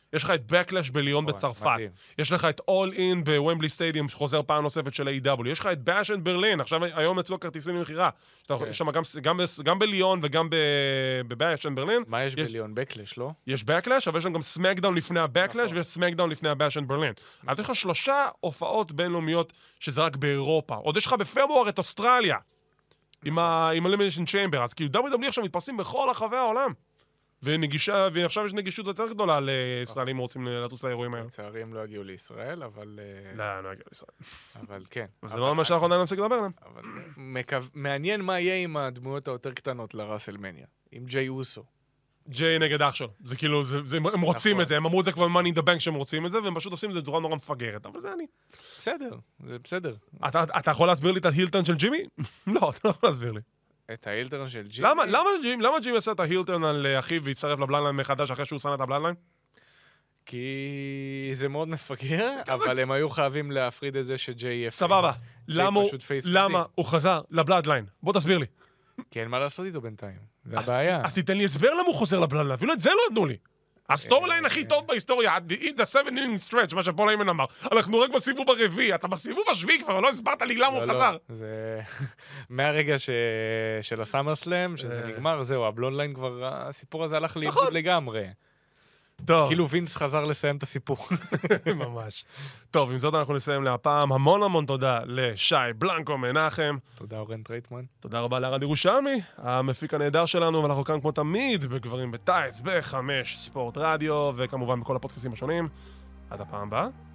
יש לך את Backlash בליון בצרפת. יש לך את All In בוומבלי סטדיום, שחוזר פעם נוספת של איי דאבליו. יש לך את Bash and Berlin, עכשיו היום אצלו כרטיסים במחירה. יש שם גם בליון וגם ב-Bash and Berlin. מה יש בליון? Backlash, לא? יש Backlash, אבל יש גם סמקדאון לפני ה-Backlash ויש סמקדאון לפני ה-Bash and Berlin. אז יש לך שלושה הופעות בינלאומיות שזה רק באירופה. עוד יש לך בפברואר את אוסטרליה. עם ה-Elimination Chamber, אז כאילו דאבליו דאבליו עכשיו מתפרסים בכל רחבי העולם. ונגישה, ועכשיו יש נגישות יותר גדולה לישראלים רוצים לטוס לאירועים האלה. לצערי הם לא הגיעו לישראל, אבל... לא, לא הגיעו לישראל. אבל כן. זה לא מה שאנחנו עדיין נפסיק לדבר עליהם. אבל מעניין מה יהיה עם הדמויות היותר קטנות לראסלמניה. עם ג'יי אוסו. ג'יי נגד אח שלו. זה כאילו, הם רוצים את זה, הם אמרו את זה כבר ב-Money in the Bank שהם רוצים את זה, והם פשוט עושים את זה בצורה נורא מפגרת, אבל זה אני. בסדר, זה בסדר. אתה יכול להסביר לי את ההילטון של ג'ימי? לא, אתה לא יכול להסביר לי. את ההילטרן של ג'ימי? למה, למה ג'ימי, למה ג'ימי עשה את ההילטרן על אחיו והצטרף לבלאדליין מחדש אחרי שהוא שנא את הבלאדליין? כי זה מאוד מפגר, אבל הם היו חייבים להפריד את זה שג'יי יהיה פייס. סבבה. למה הוא חזר לבלאדליין? בוא תסביר לי. כי אין מה לעשות איתו בינתיים. זה הבעיה. אז תיתן לי הסבר למה הוא חוזר לבלאדליין. אפילו את זה לא נתנו לי. הסטורי ליין הכי טוב בהיסטוריה, the seven inning stretch, מה שפול איימן אמר. אנחנו רק בסיבוב הרביעי, אתה בסיבוב השביעי כבר, לא הסברת לי למה הוא חזר. זה... מהרגע של הסאמר סלאם, שזה נגמר, זהו, הבלונדליין כבר, הסיפור הזה הלך לאיבוד לגמרי. טוב. כאילו וינס חזר לסיים את הסיפור. ממש. טוב, עם זאת אנחנו נסיים להפעם. המון המון תודה לשי בלנקו מנחם. תודה אורן טרייטמן. תודה רבה לארד ירושלמי, המפיק הנהדר שלנו, ואנחנו כאן כמו תמיד בגברים בטייס, בחמש ספורט רדיו, וכמובן בכל הפודקאסטים השונים. עד הפעם הבאה.